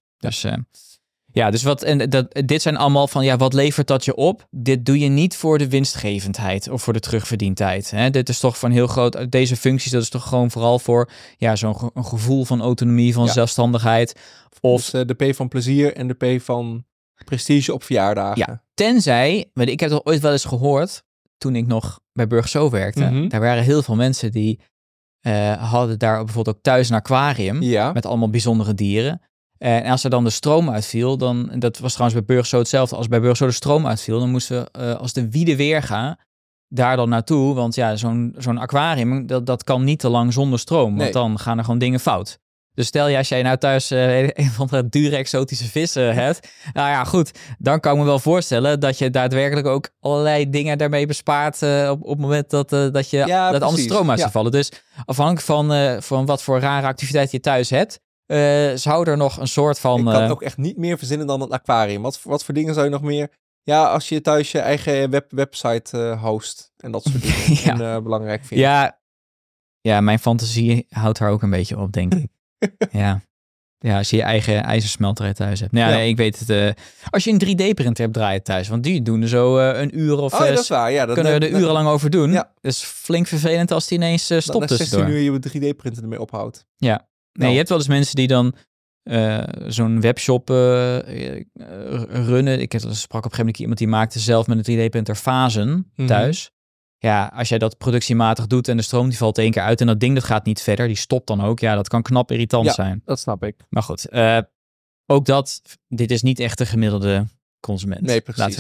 Dus dit zijn allemaal van, wat levert dat je op? Dit doe je niet voor de winstgevendheid of voor de terugverdientijd. Hè? Dit is toch van heel groot, deze functies, dat is toch gewoon vooral voor zo'n een gevoel van autonomie, van zelfstandigheid. Of dus de P van plezier en de P van prestige op verjaardagen. Ja, tenzij, maar ik heb het ooit wel eens gehoord, toen ik nog bij Burgso werkte, daar waren heel veel mensen die hadden daar bijvoorbeeld ook thuis een aquarium met allemaal bijzondere dieren. En als er dan de stroom uitviel, dat was trouwens bij Burgso hetzelfde, als bij Burgso de stroom uitviel, dan moesten we als de wiede weer gaan, daar dan naartoe, want zo'n aquarium, dat kan niet te lang zonder stroom, want dan gaan er gewoon dingen fout. Dus stel je, als jij nou thuis een van de dure exotische vissen hebt, nou ja, goed, dan kan ik me wel voorstellen dat je daadwerkelijk ook allerlei dingen daarmee bespaart op het moment dat anders stroom uit zou vallen. Dus afhankelijk van wat voor rare activiteit je thuis hebt, zou er nog een soort van... Ik kan ook echt niet meer verzinnen dan het aquarium. Wat voor dingen zou je nog meer... Ja, als je thuis je eigen website host en dat soort dingen. Ja. En, belangrijk vindt. Ja, mijn fantasie houdt daar ook een beetje op, denk ik. Ja. Ja, als je je eigen ijzersmelterij thuis hebt. Nou ja, nee, ik weet het. Als je een 3D-printer hebt draaien thuis, want die doen er zo een uur of... dat is waar. Ja, kunnen we er urenlang over doen. Ja. Dus flink vervelend als die ineens stopt tussendoor. Na 16 uur je 3D-printer ermee ophoudt. Ja. Nee, je hebt wel eens mensen die dan zo'n webshop runnen. Ik sprak op een gegeven moment iemand die maakte zelf met een 3D-printer fasen thuis. Ja, als jij dat productiematig doet en de stroom die valt 1 keer uit en dat ding dat gaat niet verder, die stopt dan ook. Ja, dat kan knap irritant zijn. Dat snap ik. Maar goed, ook dit is niet echt de gemiddelde consument. Nee, precies.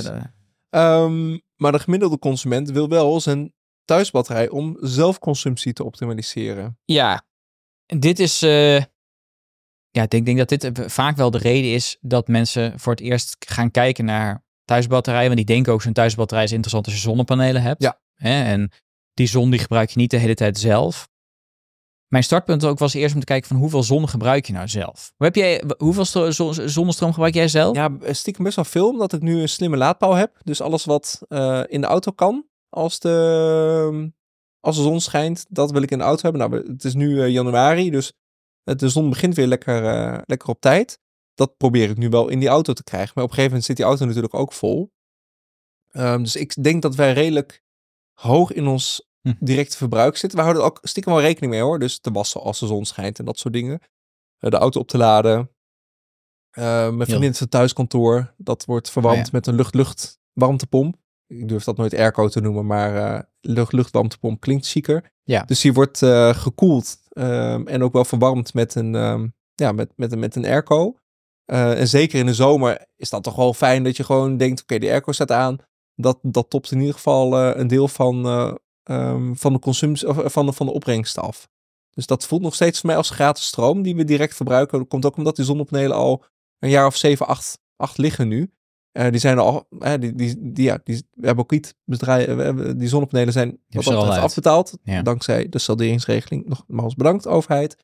Maar de gemiddelde consument wil wel zijn thuisbatterij om zelfconsumptie te optimaliseren. Ja, dit is... ik denk dat dit vaak wel de reden is dat mensen voor het eerst gaan kijken naar thuisbatterijen. Want die denken ook zo'n thuisbatterij is interessant als je zonnepanelen hebt. Ja. En die zon die gebruik je niet de hele tijd zelf. Mijn startpunt ook was eerst om te kijken van hoeveel zon gebruik je nou zelf. Hoeveel zonnestroom gebruik jij zelf? Ja, stiekem best wel veel, omdat ik nu een slimme laadpaal heb. Dus alles wat in de auto kan, als de zon schijnt, dat wil ik in de auto hebben. Nou, het is nu januari, dus de zon begint weer lekker op tijd. Dat probeer ik nu wel in die auto te krijgen. Maar op een gegeven moment zit die auto natuurlijk ook vol. Dus ik denk dat wij redelijk hoog in ons directe verbruik zitten. We houden er ook stiekem wel rekening mee hoor. Dus te wassen als de zon schijnt en dat soort dingen. De auto op te laden. Mijn vriendin is het thuiskantoor. Dat wordt verwarmd met een lucht-lucht warmtepomp. Ik durf dat nooit airco te noemen, maar lucht-lucht warmtepomp klinkt chiquer. Ja. Dus die wordt gekoeld en ook wel verwarmd met een airco. En zeker in de zomer is dat toch wel fijn dat je gewoon denkt, oké, de airco staat aan. Dat topt in ieder geval een deel van de consumptie of van de opbrengst af. Dus dat voelt nog steeds voor mij als gratis stroom die we direct verbruiken. Dat komt ook omdat die zonnepanelen al een jaar of 7, 8 liggen nu. Die zijn al, we hebben ook niet bedrijven, die zonnepanelen zijn afbetaald. Ja. Dankzij de salderingsregeling. Nogmaals bedankt, overheid.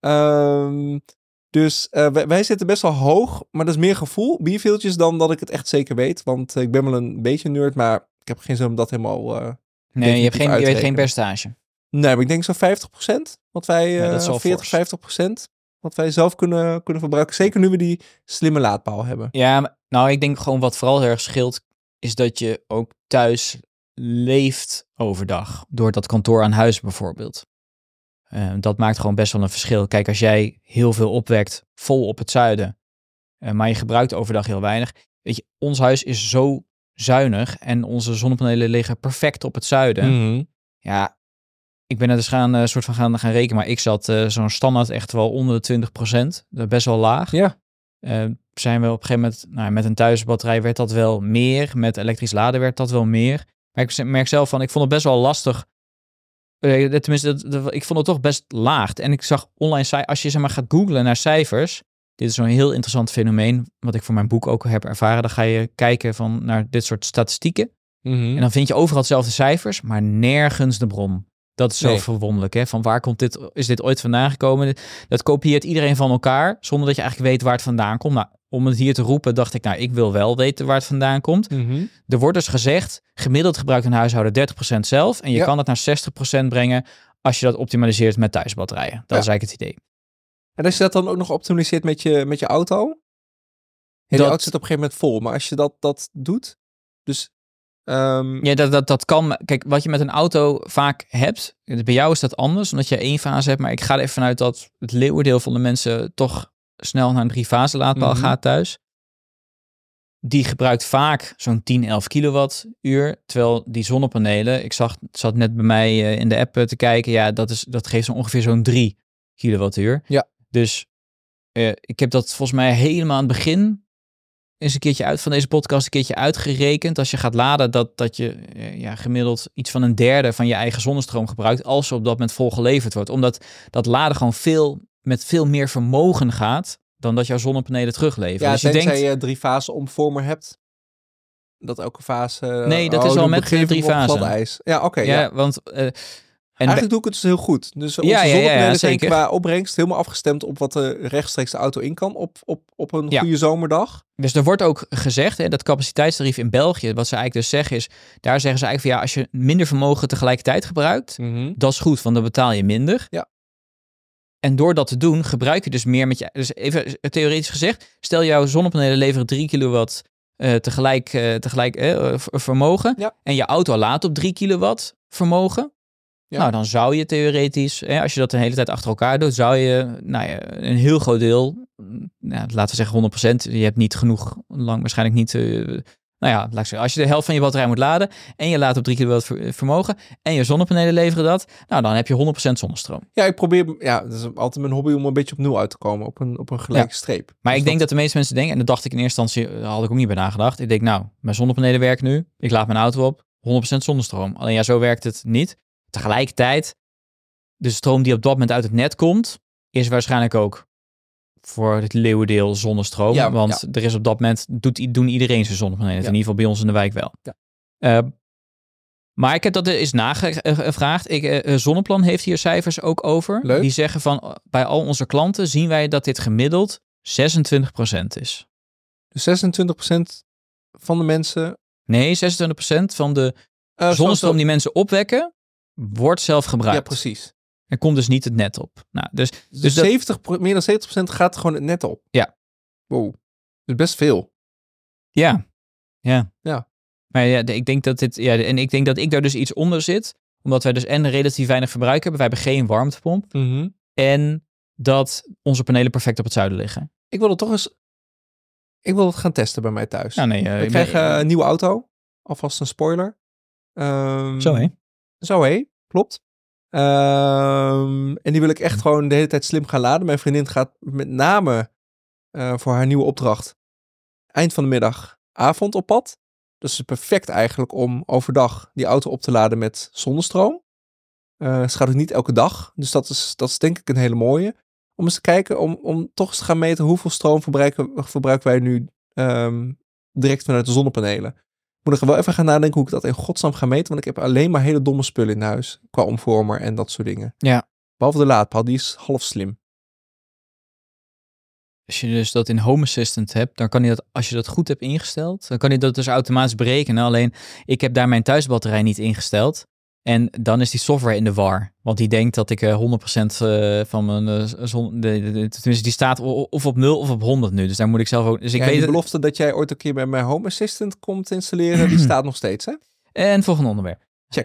Dus wij zitten best wel hoog, maar dat is meer gevoel, bierveeltjes, dan dat ik het echt zeker weet. Want ik ben wel een beetje nerd, maar ik heb geen zin om dat helemaal... nee, je weet geen percentage. Nee, maar ik denk zo'n 50%. Wat wij, 40-50%. Wat wij zelf kunnen verbruiken. Zeker nu we die slimme laadpaal hebben. Ja, nou ik denk gewoon wat vooral heel erg scheelt, is dat je ook thuis leeft overdag. Door dat kantoor aan huis bijvoorbeeld. Dat maakt gewoon best wel een verschil. Kijk, als jij heel veel opwekt vol op het zuiden, maar je gebruikt overdag heel weinig. Weet je, ons huis is zo zuinig en onze zonnepanelen liggen perfect op het zuiden. Mm-hmm. Ja, ik ben er dus gaan rekenen, maar ik zat zo'n standaard echt wel onder de 20%. Dat best wel laag. Ja. Zijn we op een gegeven moment, met een thuisbatterij werd dat wel meer. Met elektrisch laden werd dat wel meer. Maar ik merk zelf van, ik vond het best wel lastig. Tenminste, ik vond het toch best laag. En ik zag online, als je gaat googlen naar cijfers. Dit is zo'n heel interessant fenomeen, wat ik voor mijn boek ook heb ervaren. Dan ga je kijken naar dit soort statistieken. Mm-hmm. En dan vind je overal dezelfde cijfers, maar nergens de bron. Dat is zo verwonderlijk, hè? Van waar is dit ooit vandaan gekomen? Dat kopieert iedereen van elkaar, zonder dat je eigenlijk weet waar het vandaan komt. Nou, om het hier te roepen, dacht ik, ik wil wel weten waar het vandaan komt. Mm-hmm. Er wordt dus gezegd, gemiddeld gebruikt een huishouden 30% zelf. En je kan het naar 60% brengen als je dat optimaliseert met thuisbatterijen. Dat is eigenlijk het idee. En als je dat dan ook nog optimaliseert met je auto? Ja, die auto zit op een gegeven moment vol, maar als je dat doet, dus... Ja, dat kan. Kijk, wat je met een auto vaak hebt, bij jou is dat anders, omdat je 1 fase hebt. Maar ik ga er even vanuit dat het leeuwendeel van de mensen toch snel naar een 3-fase laadpaal gaat thuis. Die gebruikt vaak zo'n 10-11 kilowattuur. Terwijl die zonnepanelen, zat net bij mij in de app te kijken. Ja, dat geeft zo ongeveer zo'n 3 kilowattuur. Ja. Dus ik heb dat volgens mij helemaal aan het begin eens een keertje uit van deze podcast een keertje uitgerekend. Als je gaat laden, dat je gemiddeld iets van 1/3 van je eigen zonnestroom gebruikt als er op dat moment vol geleverd wordt. Omdat dat laden gewoon met veel meer vermogen gaat dan dat jouw zonnepanelen terugleveren. Ja, dus tenzij je 3-fase omvormer hebt. Dat elke fase... Nee, dat is al met 3 fasen. Ja, oké. Ja, want Eigenlijk doe ik het dus heel goed. Dus onze zonnepanelen zijn qua opbrengst helemaal afgestemd op wat er rechtstreeks de auto in kan op een goede zomerdag. Dus er wordt ook gezegd, hè, dat capaciteitstarief in België, wat ze eigenlijk dus zeggen is, daar zeggen ze eigenlijk van ja, als je minder vermogen tegelijkertijd gebruikt, dat is goed, want dan betaal je minder. Ja. En door dat te doen, gebruik je dus meer met je... Dus even theoretisch gezegd, stel jouw zonnepanelen leveren 3 kilowatt tegelijk vermogen. En je auto laat op 3 kilowatt vermogen. Ja. Nou, dan zou je theoretisch, als je dat de hele tijd achter elkaar doet, zou je een heel groot deel, laten we zeggen 100%, je hebt niet genoeg, waarschijnlijk niet... laat ik zeggen, als je de helft van je batterij moet laden en je laat op 3 kilowatt vermogen en je zonnepanelen leveren dat, nou dan heb je 100% zonnestroom. Ja, ik probeer, dat is altijd mijn hobby om een beetje op nul uit te komen, op een gelijke streep. Maar dus ik denk dat de meeste mensen denken, en dat dacht ik in eerste instantie, had ik ook niet bij nagedacht. Ik denk, mijn zonnepanelen werken nu, ik laat mijn auto op, 100% zonnestroom. Alleen zo werkt het niet. Tegelijkertijd, de stroom die op dat moment uit het net komt, is waarschijnlijk ook voor het leeuwendeel zonnestroom. Want er is op dat moment, doen iedereen zijn zonnepanelen. In ieder geval bij ons in de wijk wel. Ja. Maar ik heb dat eens nagevraagd. Zonneplan heeft hier cijfers ook over. Leuk. Die zeggen van, bij al onze klanten zien wij dat dit gemiddeld 26% is. Dus 26% van de mensen... Nee, 26% van de zonnestroom die mensen opwekken, wordt zelf gebruikt. Ja, precies. Er komt dus niet het net op. Nou, dus meer dan 70% gaat gewoon het net op. Ja. Wow. Dus best veel. Ja. Maar ik denk dat en ik denk dat ik daar dus iets onder zit, omdat wij dus relatief weinig verbruik hebben. Wij hebben geen warmtepomp. En dat onze panelen perfect op het zuiden liggen. Ik wil het gaan testen bij mij thuis. Nou, ik krijg een nieuwe auto. Alvast een spoiler. Zo hé, klopt. En die wil ik echt gewoon de hele tijd slim gaan laden. Mijn vriendin gaat met name voor haar nieuwe opdracht eind van de middag avond op pad. Dus het is perfect eigenlijk om overdag die auto op te laden met zonnestroom. Ze gaat ook niet elke dag. Dus dat is denk ik een hele mooie. Om eens te kijken, om toch eens te gaan meten hoeveel stroom verbruiken wij nu direct vanuit de zonnepanelen. Ik moet er wel even gaan nadenken hoe ik dat in godsnaam ga meten. Want ik heb alleen maar hele domme spullen in huis. Qua omvormer en dat soort dingen. Ja. Behalve de laadpaal, die is half slim. Als je dus dat in Home Assistant hebt, dan kan hij dat, als je dat goed hebt ingesteld, dan kan hij dat dus automatisch berekenen. Alleen, ik heb daar mijn thuisbatterij niet ingesteld. En dan is die software in de war. Want die denkt dat ik 100% van mijn tenminste, die staat of op 0 of op 100 nu. Dus daar moet ik zelf ook... Dus ik weet de belofte dat jij ooit een keer bij mijn Home Assistant komt installeren, die staat nog steeds, hè? En volgende onderwerp. Check.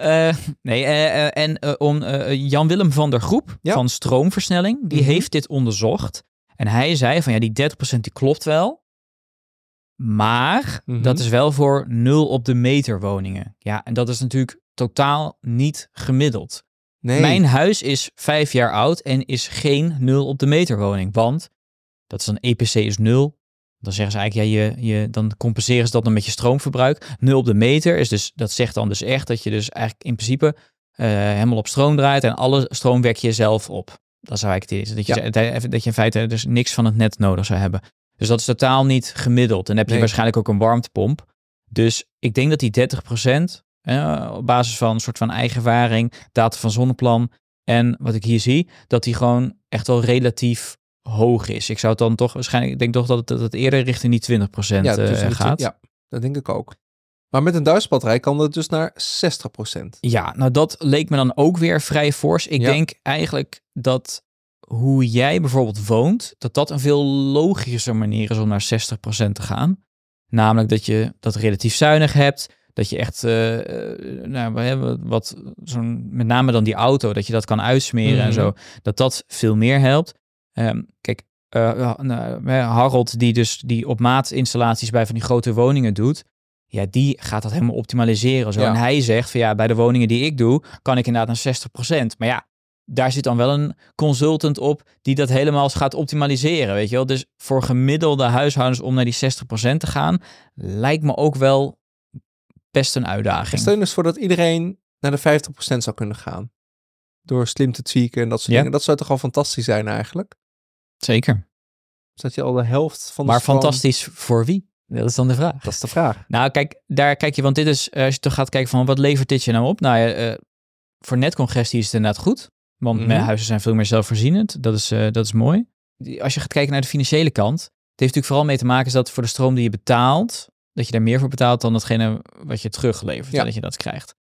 Jan Willem van der Groep van Stroomversnelling, die heeft dit onderzocht. En hij zei van die 30% die klopt wel. Maar dat is wel voor 0 op de meter woningen. Ja, en dat is natuurlijk totaal niet gemiddeld. Nee. Mijn huis is 5 jaar oud en is geen 0 op de meter woning. Want dat is een EPC is 0. Dan zeggen ze eigenlijk, dan compenseren ze dat dan met je stroomverbruik. 0 op de meter is dus, dat zegt dan dus echt dat je dus eigenlijk in principe helemaal op stroom draait en alle stroom wek je zelf op. Dat zou eigenlijk het is. Dat je in feite dus niks van het net nodig zou hebben. Dus dat is totaal niet gemiddeld. En dan heb je waarschijnlijk ook een warmtepomp. Dus ik denk dat die 30%, op basis van een soort van eigen ervaring, data van Zonneplan en wat ik hier zie, dat die gewoon echt wel relatief hoog is. Ik zou het dan toch waarschijnlijk, ik denk toch dat het eerder richting die 20% gaat. Ja, dat denk ik ook. Maar met een Duitsbatterij kan dat dus naar 60%. Ja, nou dat leek me dan ook weer vrij fors. Ik denk eigenlijk dat hoe jij bijvoorbeeld woont, dat een veel logischer manier is om naar 60% te gaan. Namelijk dat je dat relatief zuinig hebt, dat je echt, met name dan die auto, dat je dat kan uitsmeren en zo, dat veel meer helpt. Kijk, Harold die op maat installaties bij van die grote woningen doet, ja, die gaat dat helemaal optimaliseren. Zo. Ja. En hij zegt van bij de woningen die ik doe, kan ik inderdaad naar 60%. Maar ja, daar zit dan wel een consultant op die dat helemaal gaat optimaliseren, weet je wel. Dus voor gemiddelde huishoudens om naar die 60% te gaan, lijkt me ook wel best een uitdaging. Stel je dus voor dat iedereen naar de 50% zou kunnen gaan. Door slim te tweaken en dat soort dingen. Dat zou toch al fantastisch zijn eigenlijk? Zeker. Dus dat je al de helft van de Maar fantastisch voor wie? Dat is dan de vraag. Dat is de vraag. Nou, kijk, daar kijk je, want dit is, als je toch gaat kijken van wat levert dit je nou op? Nou ja, voor netcongestie is het inderdaad goed. Want Mhm. mijn huizen zijn veel meer zelfvoorzienend. Dat is mooi. Als je gaat kijken naar de financiële kant. Het heeft natuurlijk vooral mee te maken is dat voor de stroom die je betaalt, dat je daar meer voor betaalt dan datgene wat je teruglevert. Ja. Dat je dat krijgt.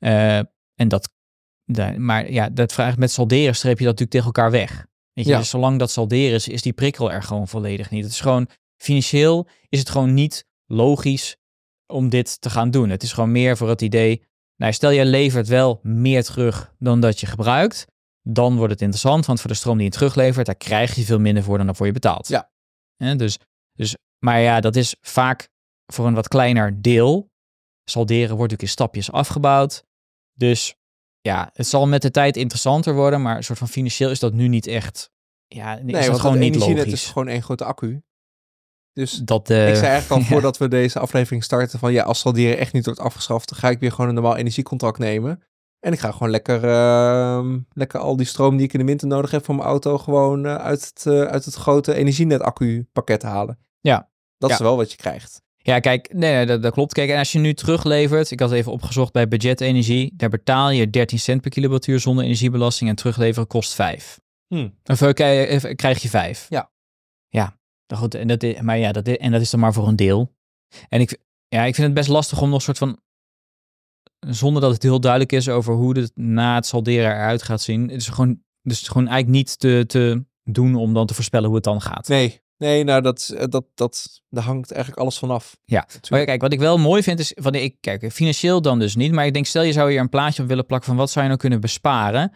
Maar ja, dat vraagt met salderen streep je dat natuurlijk tegen elkaar weg. Weet je, Ja. dus zolang dat salderen is die prikkel er gewoon volledig niet. Het is gewoon, financieel is het gewoon niet logisch om dit te gaan doen. Het is gewoon meer voor het idee, nou stel je levert wel meer terug dan dat je gebruikt, dan wordt het interessant, want voor de stroom die je teruglevert, daar krijg je veel minder voor dan daarvoor je betaalt. Ja. Maar ja, dat is vaak voor een wat kleiner deel. Salderen wordt natuurlijk in stapjes afgebouwd. Dus ja, het zal met de tijd interessanter worden, maar een soort van financieel is dat nu niet echt. Ja, is Nee, dat want gewoon het niet energienet logisch. is gewoon één grote accu. Dus Dat, ik zei eigenlijk al ja. voordat we deze aflevering starten van ja, als salderen echt niet wordt afgeschaft, dan ga ik weer gewoon een normaal energiecontract nemen. En ik ga gewoon lekker al die stroom die ik in de winter nodig heb voor mijn auto gewoon uit het grote energienet accu pakket halen. Ja. Dat is Ja. wel wat je krijgt. Ja, kijk, nee, dat klopt. Kijk, en als je nu teruglevert, ik had even opgezocht bij budgetenergie, daar betaal je 13 cent per kilowattuur zonder energiebelasting en terugleveren kost 5. Of krijg je 5. Ja. Ja, nou goed, dat is dan maar voor een deel. En ik vind het best lastig om nog een soort van, zonder dat het heel duidelijk is over hoe het na het salderen eruit gaat zien. Het is gewoon eigenlijk niet te doen om dan te voorspellen hoe het dan gaat. Nee, nou daar hangt eigenlijk alles vanaf. Ja, maar kijk, wat ik wel mooi vind is, kijk, financieel dan dus niet, maar ik denk, stel je zou hier een plaatje op willen plakken van wat zou je nou kunnen besparen.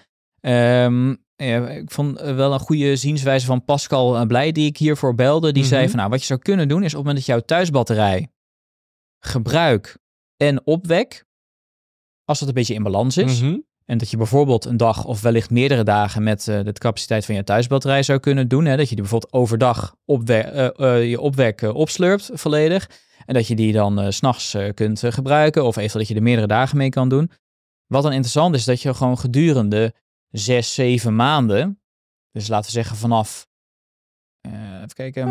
Ik vond wel een goede zienswijze van Pascal Blij, die ik hiervoor belde. Die zei van, nou, wat je zou kunnen doen is op het moment dat jouw thuisbatterij gebruik en opwek, als dat een beetje in balans is, en dat je bijvoorbeeld een dag of wellicht meerdere dagen met de capaciteit van je thuisbatterij zou kunnen doen. Hè? Dat je die bijvoorbeeld overdag je opwek opslurpt volledig. En dat je die dan 's nachts kunt gebruiken. Of eventueel dat je er meerdere dagen mee kan doen. Wat dan interessant is, dat je gewoon gedurende 6, 7 maanden. Dus laten we zeggen vanaf even kijken,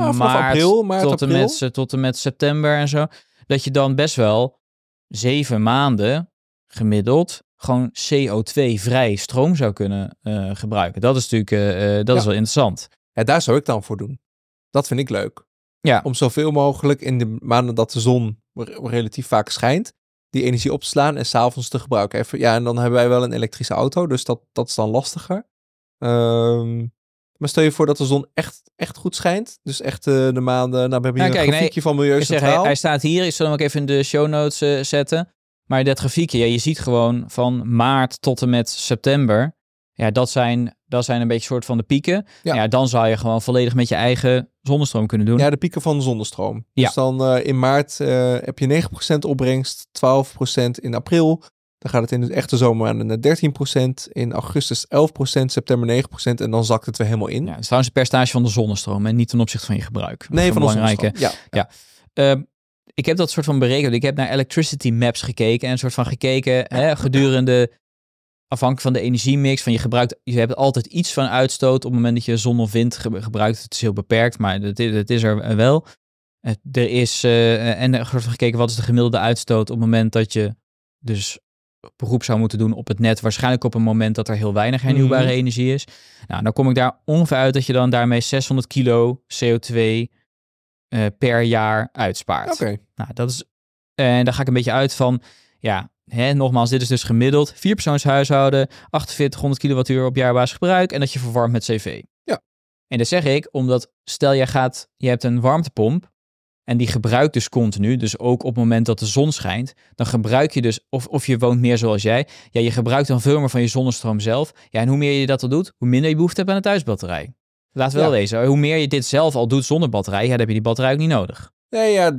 maart tot en met september en zo. Dat je dan best wel 7 maanden gemiddeld gewoon CO2-vrij stroom zou kunnen gebruiken. Dat is natuurlijk is wel interessant. Ja, daar zou ik dan voor doen. Dat vind ik leuk. Ja. Om zoveel mogelijk in de maanden dat de zon relatief vaak schijnt, die energie op te slaan en 's avonds te gebruiken. En dan hebben wij wel een elektrische auto, dus dat is dan lastiger. Maar stel je voor dat de zon echt goed schijnt. Dus echt de maanden. Nou, we hebben hier een grafiekje van Milieu Centraal. Hij staat hier. Ik zal hem ook even in de show notes zetten. Maar dat grafiekje, je ziet gewoon van maart tot en met september. Ja, dat zijn een beetje soort van de pieken. Ja, dan zou je gewoon volledig met je eigen zonnestroom kunnen doen. Ja, de pieken van de zonnestroom. Ja. Dus dan in maart heb je 9% opbrengst, 12% in april. Dan gaat het in de echte zomermaanden naar 13%. In augustus 11%, september 9%. En dan zakt het weer helemaal in. Ja, het is trouwens een percentage van de zonnestroom en niet ten opzichte van je gebruik. Nee, van de zonnestroom. Ja. Ik heb dat soort van berekend. Ik heb naar electricity maps gekeken en een soort van gekeken gedurende, afhankelijk van de energiemix, van je hebt altijd iets van uitstoot op het moment dat je zon of wind gebruikt. Het is heel beperkt, maar het is er wel. Er is gekeken wat is de gemiddelde uitstoot op het moment dat je dus beroep zou moeten doen op het net. Waarschijnlijk op een moment dat er heel weinig hernieuwbare energie is. Nou, dan kom ik daar ongeveer uit dat je dan daarmee 600 kilo CO2 per jaar uitspaart. Oké. Nou, dat is. En daar ga ik een beetje uit van. Ja, nogmaals, dit is dus gemiddeld. 4-persoonshuishouden, 4800 kilowattuur op jaarbasis gebruik. En dat je verwarmt met CV. Ja. En dat zeg ik omdat, stel je hebt een warmtepomp. En die gebruikt dus continu. Dus ook op het moment dat de zon schijnt. Dan gebruik je dus, of je woont meer zoals jij. Ja, je gebruikt dan veel meer van je zonnestroom zelf. Ja, en hoe meer je dat al doet, hoe minder je behoefte hebt aan een thuisbatterij. Laat wel wezen, hoe meer je dit zelf al doet zonder batterij, dan heb je die batterij ook niet nodig. Nee, ja,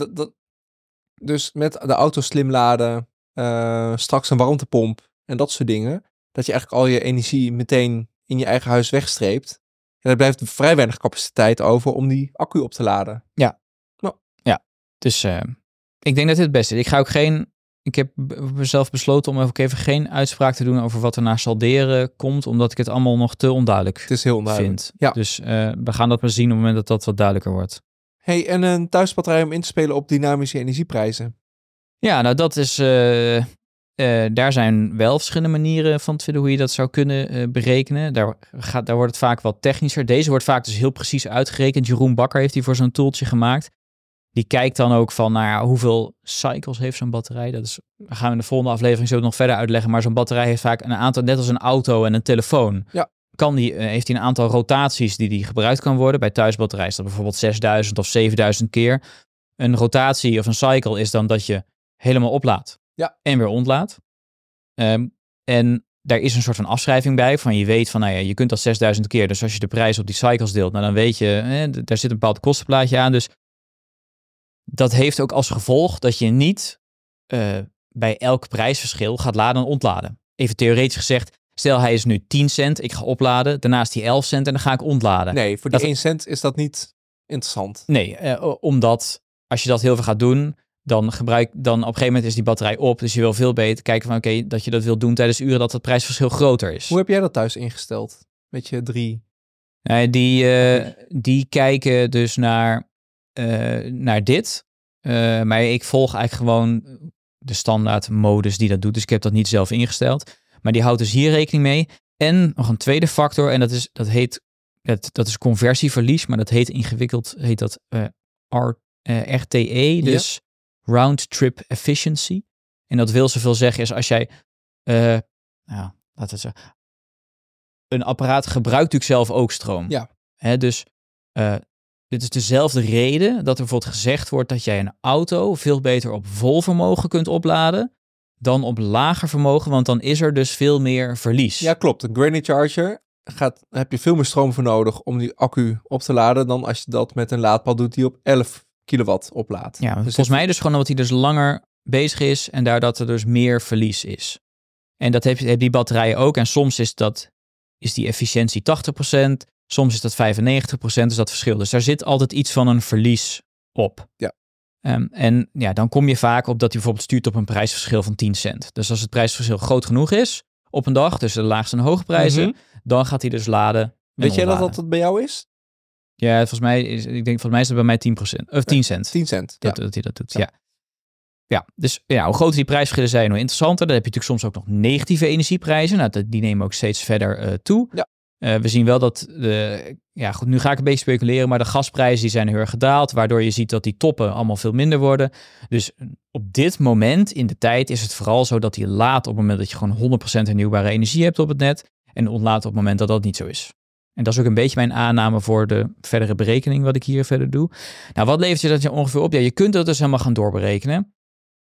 dus met de auto slim laden, straks een warmtepomp en dat soort dingen, dat je eigenlijk al je energie meteen in je eigen huis wegstreept. En er blijft vrij weinig capaciteit over om die accu op te laden. Ja. Nou. Ja, dus ik denk dat dit het beste is. Ik heb mezelf besloten om ook even geen uitspraak te doen over wat er na salderen komt, omdat ik het allemaal nog te onduidelijk vind. Het is heel onduidelijk. Ja. Dus we gaan dat maar zien op het moment dat dat wat duidelijker wordt. Hey, en een thuisbatterij om in te spelen op dynamische energieprijzen. Ja, nou dat is daar zijn wel verschillende manieren van te vinden hoe je dat zou kunnen berekenen. Daar wordt het vaak wat technischer. Deze wordt vaak dus heel precies uitgerekend. Jeroen Bakker heeft die voor zo'n tooltje gemaakt. Die kijkt dan ook van, hoeveel cycles heeft zo'n batterij? Dat gaan we in de volgende aflevering zo nog verder uitleggen. Maar zo'n batterij heeft vaak een aantal, net als een auto en een telefoon. Ja. Heeft hij een aantal rotaties die gebruikt kan worden. Bij thuisbatterij is dat bijvoorbeeld 6000 of 7000 keer. Een rotatie of een cycle is dan dat je helemaal oplaadt en weer ontlaadt. En daar is een soort van afschrijving bij. Van je weet van, je kunt dat 6000 keer. Dus als je de prijs op die cycles deelt, dan weet je, daar zit een bepaald kostenplaatje aan. Dus dat heeft ook als gevolg dat je niet bij elk prijsverschil gaat laden en ontladen. Even theoretisch gezegd, stel hij is nu 10 cent, ik ga opladen, daarna is die 11 cent en dan ga ik ontladen. Nee, voor die 1 cent is dat niet interessant. Nee, omdat als je dat heel veel gaat doen, dan op een gegeven moment is die batterij op. Dus je wil veel beter kijken van dat je dat wilt doen tijdens uren dat het prijsverschil groter is. Hoe heb jij dat thuis ingesteld? Met je 3? Die kijken dus naar dit. Maar ik volg eigenlijk gewoon de standaard modus die dat doet. Dus ik heb dat niet zelf ingesteld. Maar die houdt dus hier rekening mee. En nog een tweede factor. En dat is conversieverlies. Maar dat heet ingewikkeld. Heet dat RTE. Dus Round Trip Efficiency. En dat wil zoveel zeggen is als jij... laten we zeggen. Een apparaat gebruikt natuurlijk zelf ook stroom. Ja. Dus... dit is dezelfde reden dat er bijvoorbeeld gezegd wordt dat jij een auto veel beter op vol vermogen kunt opladen dan op lager vermogen, want dan is er dus veel meer verlies. Ja, klopt. Een Granny Charger heb je veel meer stroom voor nodig om die accu op te laden dan als je dat met een laadpaal doet die op 11 kilowatt oplaadt. Ja, dus volgens mij dus gewoon dat hij dus langer bezig is en daardoor er dus meer verlies is. En dat heeft die batterijen ook en soms is die efficiëntie 80%. Soms is dat 95%, dus dat verschilt. Dus daar zit altijd iets van een verlies op. Ja. En dan kom je vaak op dat hij bijvoorbeeld stuurt op een prijsverschil van 10 cent. Dus als het prijsverschil groot genoeg is op een dag, tussen de laagste en hoge prijzen, dan gaat hij dus laden. Weet jij dat dat bij jou is? Ja, volgens mij is het bij mij 10%. Of 10 cent. 10 cent. Dat hij dat doet, ja. Dus hoe groter die prijsverschillen zijn, hoe interessanter. Dan heb je natuurlijk soms ook nog negatieve energieprijzen. Nou, die nemen ook steeds verder toe. Ja. We zien wel dat nu ga ik een beetje speculeren, maar de gasprijzen die zijn heel erg gedaald, waardoor je ziet dat die toppen allemaal veel minder worden. Dus op dit moment in de tijd is het vooral zo dat die laat op het moment dat je gewoon 100% hernieuwbare energie hebt op het net en ontlaat op het moment dat dat niet zo is. En dat is ook een beetje mijn aanname voor de verdere berekening wat ik hier verder doe. Nou, wat levert je dat je ongeveer op? Ja, je kunt dat dus helemaal gaan doorberekenen.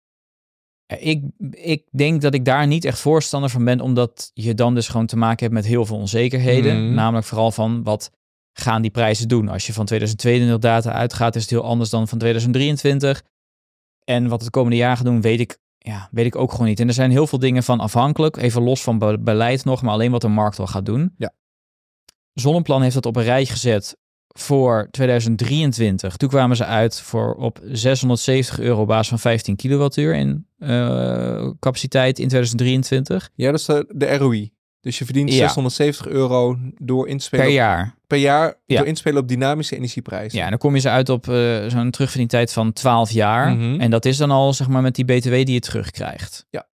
Ik denk dat ik daar niet echt voorstander van ben, omdat je dan dus gewoon te maken hebt met heel veel onzekerheden. Namelijk vooral van wat gaan die prijzen doen. Als je van 2022 data uitgaat, is het heel anders dan van 2023. En wat het komende jaar gaat doen, weet ik ook gewoon niet. En er zijn heel veel dingen van afhankelijk, even los van beleid nog, maar alleen wat de markt wel gaat doen. Ja. Zonneplan heeft dat op een rijtje gezet voor 2023. Toen kwamen ze uit op €670 op basis van 15 kilowattuur in capaciteit in 2023. Ja, dat is de ROI. Dus je verdient €670 door inspelen. Per jaar door inspelen op dynamische energieprijzen. Ja, en dan kom je ze uit op zo'n terugverdientijd van 12 jaar. En dat is dan al, zeg maar, met die BTW die je terugkrijgt. Ja.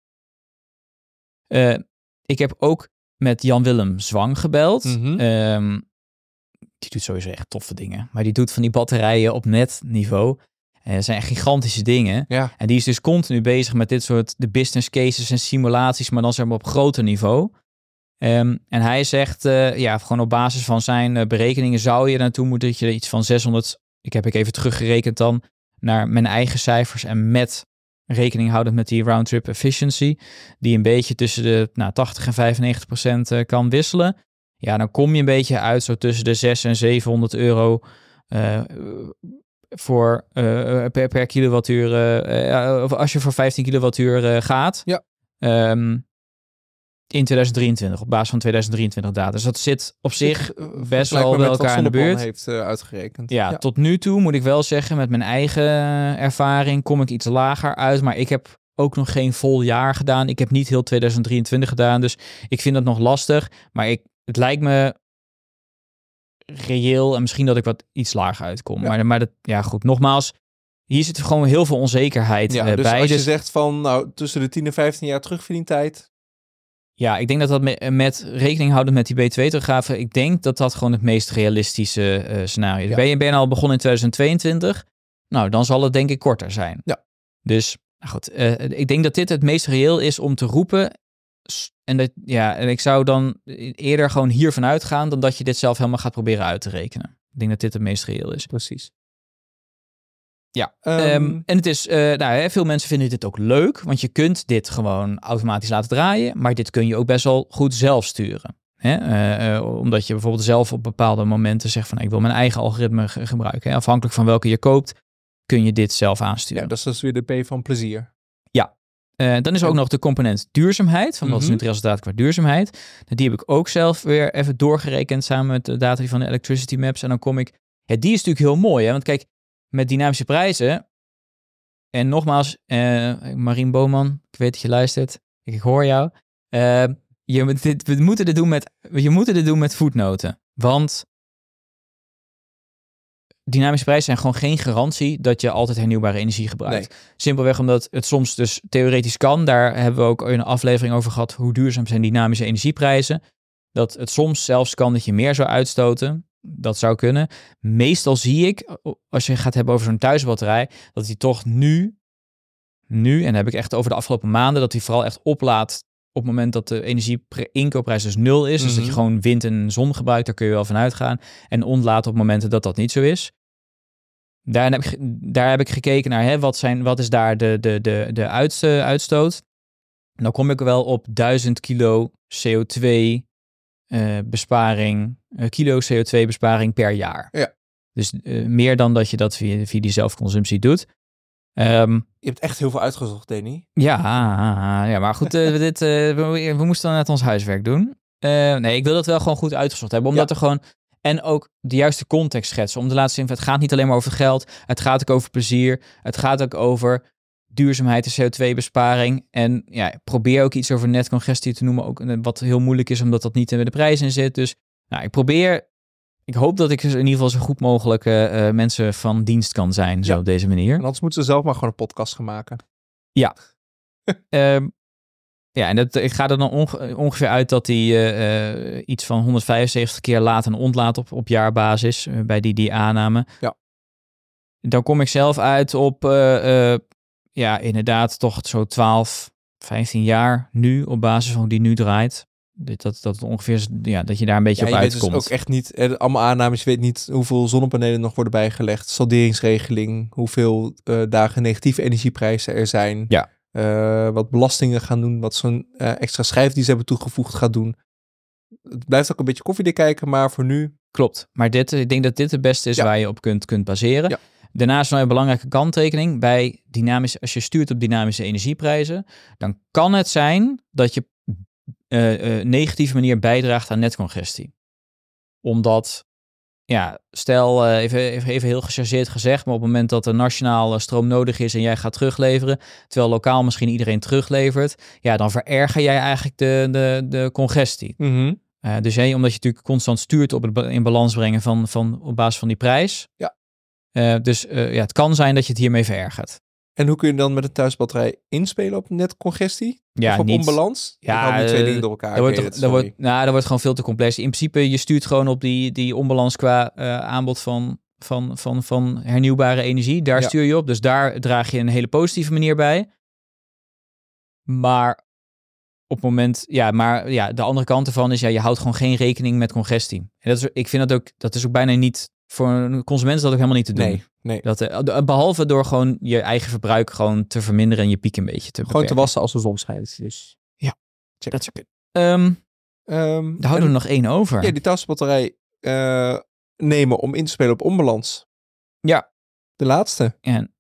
Ik heb ook met Jan-Willem Zwang gebeld. Die doet sowieso echt toffe dingen. Maar die doet van die batterijen op netniveau. Dat zijn echt gigantische dingen. Ja. En die is dus continu bezig met dit soort de business cases en simulaties, maar dan zeg maar op groter niveau. En hij zegt, gewoon op basis van zijn berekeningen zou je naartoe moeten dat je iets van 600... Ik heb even teruggerekend dan naar mijn eigen cijfers en met rekening houdend met die round-trip efficiency, die een beetje tussen de 80 en 95% kan wisselen. Ja, dan kom je een beetje uit zo tussen de 600 en 700 euro voor per kilowattuur. Of als je voor 15 kilowattuur gaat. Ja. In 2023, op basis van 2023 data. Dus dat zit op zich best wel bij elkaar in de buurt. Heeft uitgerekend. Ja, tot nu toe moet ik wel zeggen, met mijn eigen ervaring kom ik iets lager uit. Maar ik heb ook nog geen vol jaar gedaan. Ik heb niet heel 2023 gedaan. Dus ik vind dat nog lastig. Maar het lijkt me reëel en misschien dat ik wat iets lager uitkom. Ja. Maar dat, goed, nogmaals, hier zit gewoon heel veel onzekerheid dus bij. als je zegt van tussen de 10 en 15 jaar terugverdientijd. Ja, ik denk dat met rekening houden met die B2-teruggave, ik denk dat dat gewoon het meest realistische scenario is. Ja. Ben je al begonnen in 2022? Nou, dan zal het denk ik korter zijn. Ja. Dus, goed, ik denk dat dit het meest reëel is om te roepen. En ik zou dan eerder gewoon hiervan uitgaan dan dat je dit zelf helemaal gaat proberen uit te rekenen. Ik denk dat dit het meest reëel is. Precies. Ja, en het is, veel mensen vinden dit ook leuk, want je kunt dit gewoon automatisch laten draaien, maar dit kun je ook best wel goed zelf sturen. Omdat je bijvoorbeeld zelf op bepaalde momenten zegt van ik wil mijn eigen algoritme gebruiken. Hè? Afhankelijk van welke je koopt, kun je dit zelf aansturen. Ja, dat is dus weer de P van plezier. Ja, dan is er ook nog de component duurzaamheid, van wat is nu het resultaat qua duurzaamheid. Die heb ik ook zelf weer even doorgerekend samen met de data van de Electricity Maps en dan kom ik, die is natuurlijk heel mooi, hè? Want kijk, met dynamische prijzen. En nogmaals, Marien Boman, ik weet dat je luistert. Ik hoor jou. Je moet dit doen met voetnoten. Want dynamische prijzen zijn gewoon geen garantie dat je altijd hernieuwbare energie gebruikt. Nee. Simpelweg omdat het soms dus theoretisch kan. Daar hebben we ook een aflevering over gehad. Hoe duurzaam zijn dynamische energieprijzen? Dat het soms zelfs kan dat je meer zou uitstoten. Dat zou kunnen. Meestal zie ik, als je gaat hebben over zo'n thuisbatterij, dat die toch nu, en dan heb ik echt over de afgelopen maanden, dat die vooral echt oplaadt op het moment dat de energie-inkoopprijs dus 0 is. Dus dat je gewoon wind en zon gebruikt, daar kun je wel van uitgaan. En ontlaat op momenten dat dat niet zo is. Daar heb ik gekeken naar, wat is daar de uitstoot. En dan kom ik wel op 1000 kilo CO2 kilo CO2 besparing per jaar. Ja. Dus meer dan dat je dat via die zelfconsumptie doet. Je hebt echt heel veel uitgezocht, Danny. Ja, maar goed, we moesten dan net ons huiswerk doen. Nee, ik wil dat wel gewoon goed uitgezocht hebben, omdat er gewoon en ook de juiste context schetsen. Om te laten zien, het gaat niet alleen maar over geld, het gaat ook over plezier, het gaat ook over duurzaamheid en CO2-besparing. En probeer ook iets over netcongestie te noemen, ook wat heel moeilijk is, omdat dat niet in de prijs in zit. Dus ik hoop dat ik in ieder geval zo goed mogelijk mensen van dienst kan zijn, zo op deze manier. En anders moeten ze zelf maar gewoon een podcast gaan maken. Ja. En ik ga er dan ongeveer uit dat die iets van 175 keer laat en ontlaat op jaarbasis bij die aanname. Ja. Dan kom ik zelf uit op inderdaad toch zo 12, 15 jaar nu op basis van hoe die nu draait. Dat ongeveer, dat je daar een beetje op uitkomt. Je weet dus ook echt niet, allemaal aannames, je weet niet hoeveel zonnepanelen nog worden bijgelegd, salderingsregeling, hoeveel dagen negatieve energieprijzen er zijn. Ja. Wat belastingen gaan doen, wat zo'n extra schijf die ze hebben toegevoegd gaat doen. Het blijft ook een beetje koffiedik kijken, maar voor nu... Klopt, maar ik denk dat dit het beste is waar je op kunt baseren. Ja. Daarnaast nog een belangrijke kanttekening. Als je stuurt op dynamische energieprijzen, dan kan het zijn dat je negatieve manier bijdraagt aan netcongestie. Omdat, stel, even heel gechargeerd gezegd, maar op het moment dat er nationaal stroom nodig is en jij gaat terugleveren, terwijl lokaal misschien iedereen teruglevert, dan vererger jij eigenlijk de congestie. Mm-hmm. Dus omdat je natuurlijk constant stuurt op het in balans brengen van op basis van die prijs. Ja. Het kan zijn dat je het hiermee verergert. En hoe kun je dan met een thuisbatterij inspelen op netcongestie? Ja, of op onbalans? Ja, die twee dingen door elkaar. Dat wordt gewoon veel te complex. In principe, je stuurt gewoon op die onbalans qua aanbod van hernieuwbare energie. Daar stuur je op. Dus daar draag je een hele positieve manier bij. Maar op het moment... de andere kant ervan is... je houdt gewoon geen rekening met congestie. En ik vind dat is ook bijna niet... Voor een consument is dat ook helemaal niet te doen. Nee. Behalve door gewoon je eigen verbruik gewoon te verminderen en je piek een beetje te beperken. Gewoon te wassen als de zon schijnt. Dus. Ja, dat is oké. Daar houden we nog één over. Ja, die thuisbatterij nemen om in te spelen op onbalans. Ja. De laatste. En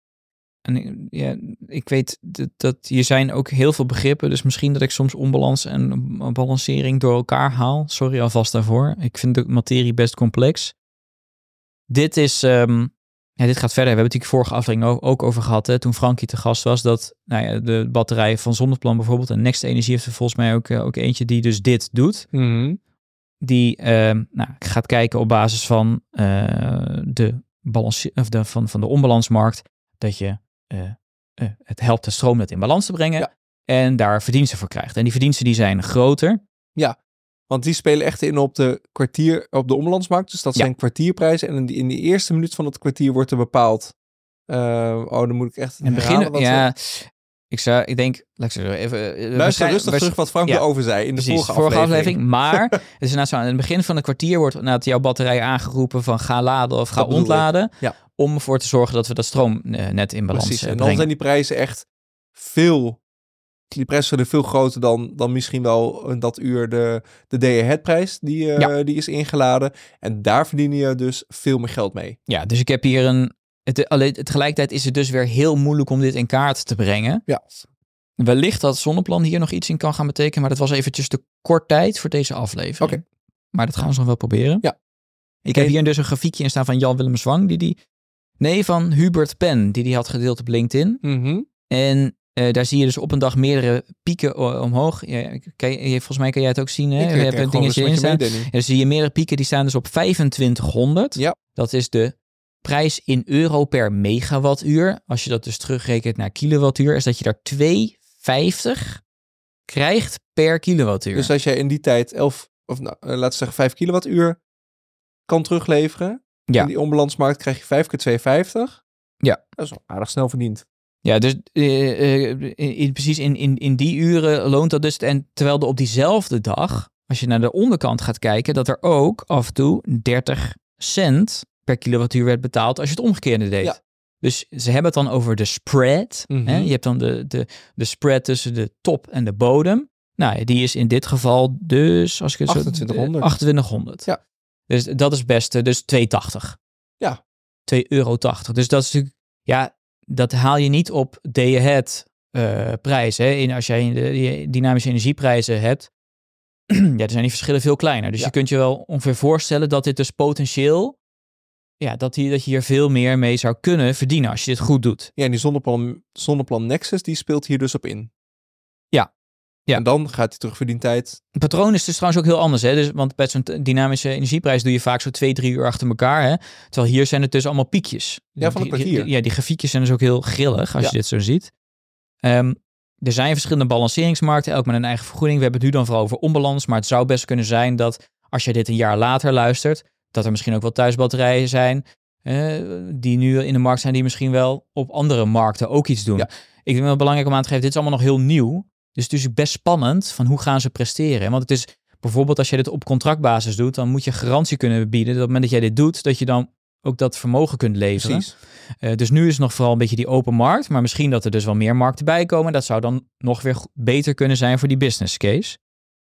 ik weet dat hier zijn ook heel veel begrippen. Dus misschien dat ik soms onbalans en balancering door elkaar haal. Sorry alvast daarvoor. Ik vind de materie best complex. Dit is, dit gaat verder. We hebben het natuurlijk vorige aflevering ook over gehad, hè, toen Frankie te gast was, dat de batterij van Zonneplan bijvoorbeeld, en Next Energie heeft er volgens mij ook eentje die dus dit doet. Mm-hmm. Die gaat kijken op basis van de onbalansmarkt. dat je het helpt de stroomnet in balans te brengen. Ja. En daar verdiensten voor krijgt. En die verdiensten die zijn groter. Want die spelen echt in op de omlandsmarkt. Dus dat zijn kwartierprijzen. En in de eerste minuut van het kwartier wordt er bepaald. Dan moet ik echt En beginnen. Ik denk, laat ik even. Luister rustig terug wat Frank erover zei in de vorige aflevering. Maar het is inderdaad zo, aan het begin van het kwartier wordt inderdaad jouw batterij aangeroepen van ga laden of ga ontladen. Ja. Om ervoor te zorgen dat we dat stroomnet in balans brengen. En dan zijn die prijzen echt die prijzen zijn veel groter dan misschien wel dat uur de day-ahead-prijs die is ingeladen. En daar verdien je dus veel meer geld mee. Ja, dus ik heb hier tegelijkertijd is het dus weer heel moeilijk om dit in kaart te brengen. Ja. Wellicht dat Zonneplan hier nog iets in kan gaan betekenen, maar dat was eventjes te kort tijd voor deze aflevering. Oké. Maar dat gaan we nog wel proberen. Ja. Ik heb hier dus een grafiekje in staan van Jan Willem Zwang, van Hubert Pen, die had gedeeld op LinkedIn. Mm-hmm. En daar zie je dus op een dag meerdere pieken omhoog. Volgens mij kan jij het ook zien. Hè? Je hebt een dingetje in staan. Dan zie je meerdere pieken, die staan dus op 2500. Ja. Dat is de prijs in euro per megawattuur. Als je dat dus terugrekent naar kilowattuur, is dat je daar 2,50 krijgt per kilowattuur. Dus als jij in die tijd laten we zeggen 5 kilowattuur kan terugleveren, in die onbalansmarkt krijg je 5 keer 2,50. Ja. Dat is wel aardig snel verdiend. Ja, dus precies in die uren loont dat dus. En terwijl er op diezelfde dag, als je naar de onderkant gaat kijken, dat er ook af en toe 30 cent per kilowattuur werd betaald als je het omgekeerde deed. Ja. Dus ze hebben het dan over de spread. Mm-hmm. Hè? Je hebt dan de spread tussen de top en de bodem. Nou, die is in dit geval dus, als ik het 2800. 2800. Ja. Dus dat is best, dus 2,80. Ja. €2,80. Dus dat is natuurlijk, dat haal je niet op day-ahead prijs. Hè? Als jij de dynamische energieprijzen hebt, dan zijn die verschillen veel kleiner. Dus je kunt je wel ongeveer voorstellen dat dit dus potentieel, dat je hier veel meer mee zou kunnen verdienen als je dit goed doet. Ja, en die zonneplan Nexus, die speelt hier dus op in. Ja. En dan gaat die terugverdientijd. Het patroon is dus trouwens ook heel anders. Hè? Dus, want bij zo'n dynamische energieprijs doe je vaak zo 2-3 uur achter elkaar. Hè? Terwijl hier zijn het dus allemaal piekjes. Ja, van een kwartier. Die grafiekjes zijn dus ook heel grillig als je dit zo ziet. Er zijn verschillende balanceringsmarkten, elk met een eigen vergoeding. We hebben het nu dan vooral over onbalans. Maar het zou best kunnen zijn dat als je dit een jaar later luistert, dat er misschien ook wel thuisbatterijen zijn die nu in de markt zijn, die misschien wel op andere markten ook iets doen. Ja. Ik vind het wel belangrijk om aan te geven, dit is allemaal nog heel nieuw. Dus het is best spannend van hoe gaan ze presteren. Want het is bijvoorbeeld als je dit op contractbasis doet, dan moet je garantie kunnen bieden dat op het moment dat jij dit doet, dat je dan ook dat vermogen kunt leveren. Dus nu is het nog vooral een beetje die open markt, maar misschien dat er dus wel meer markten bij komen. Dat zou dan nog weer beter kunnen zijn voor die business case.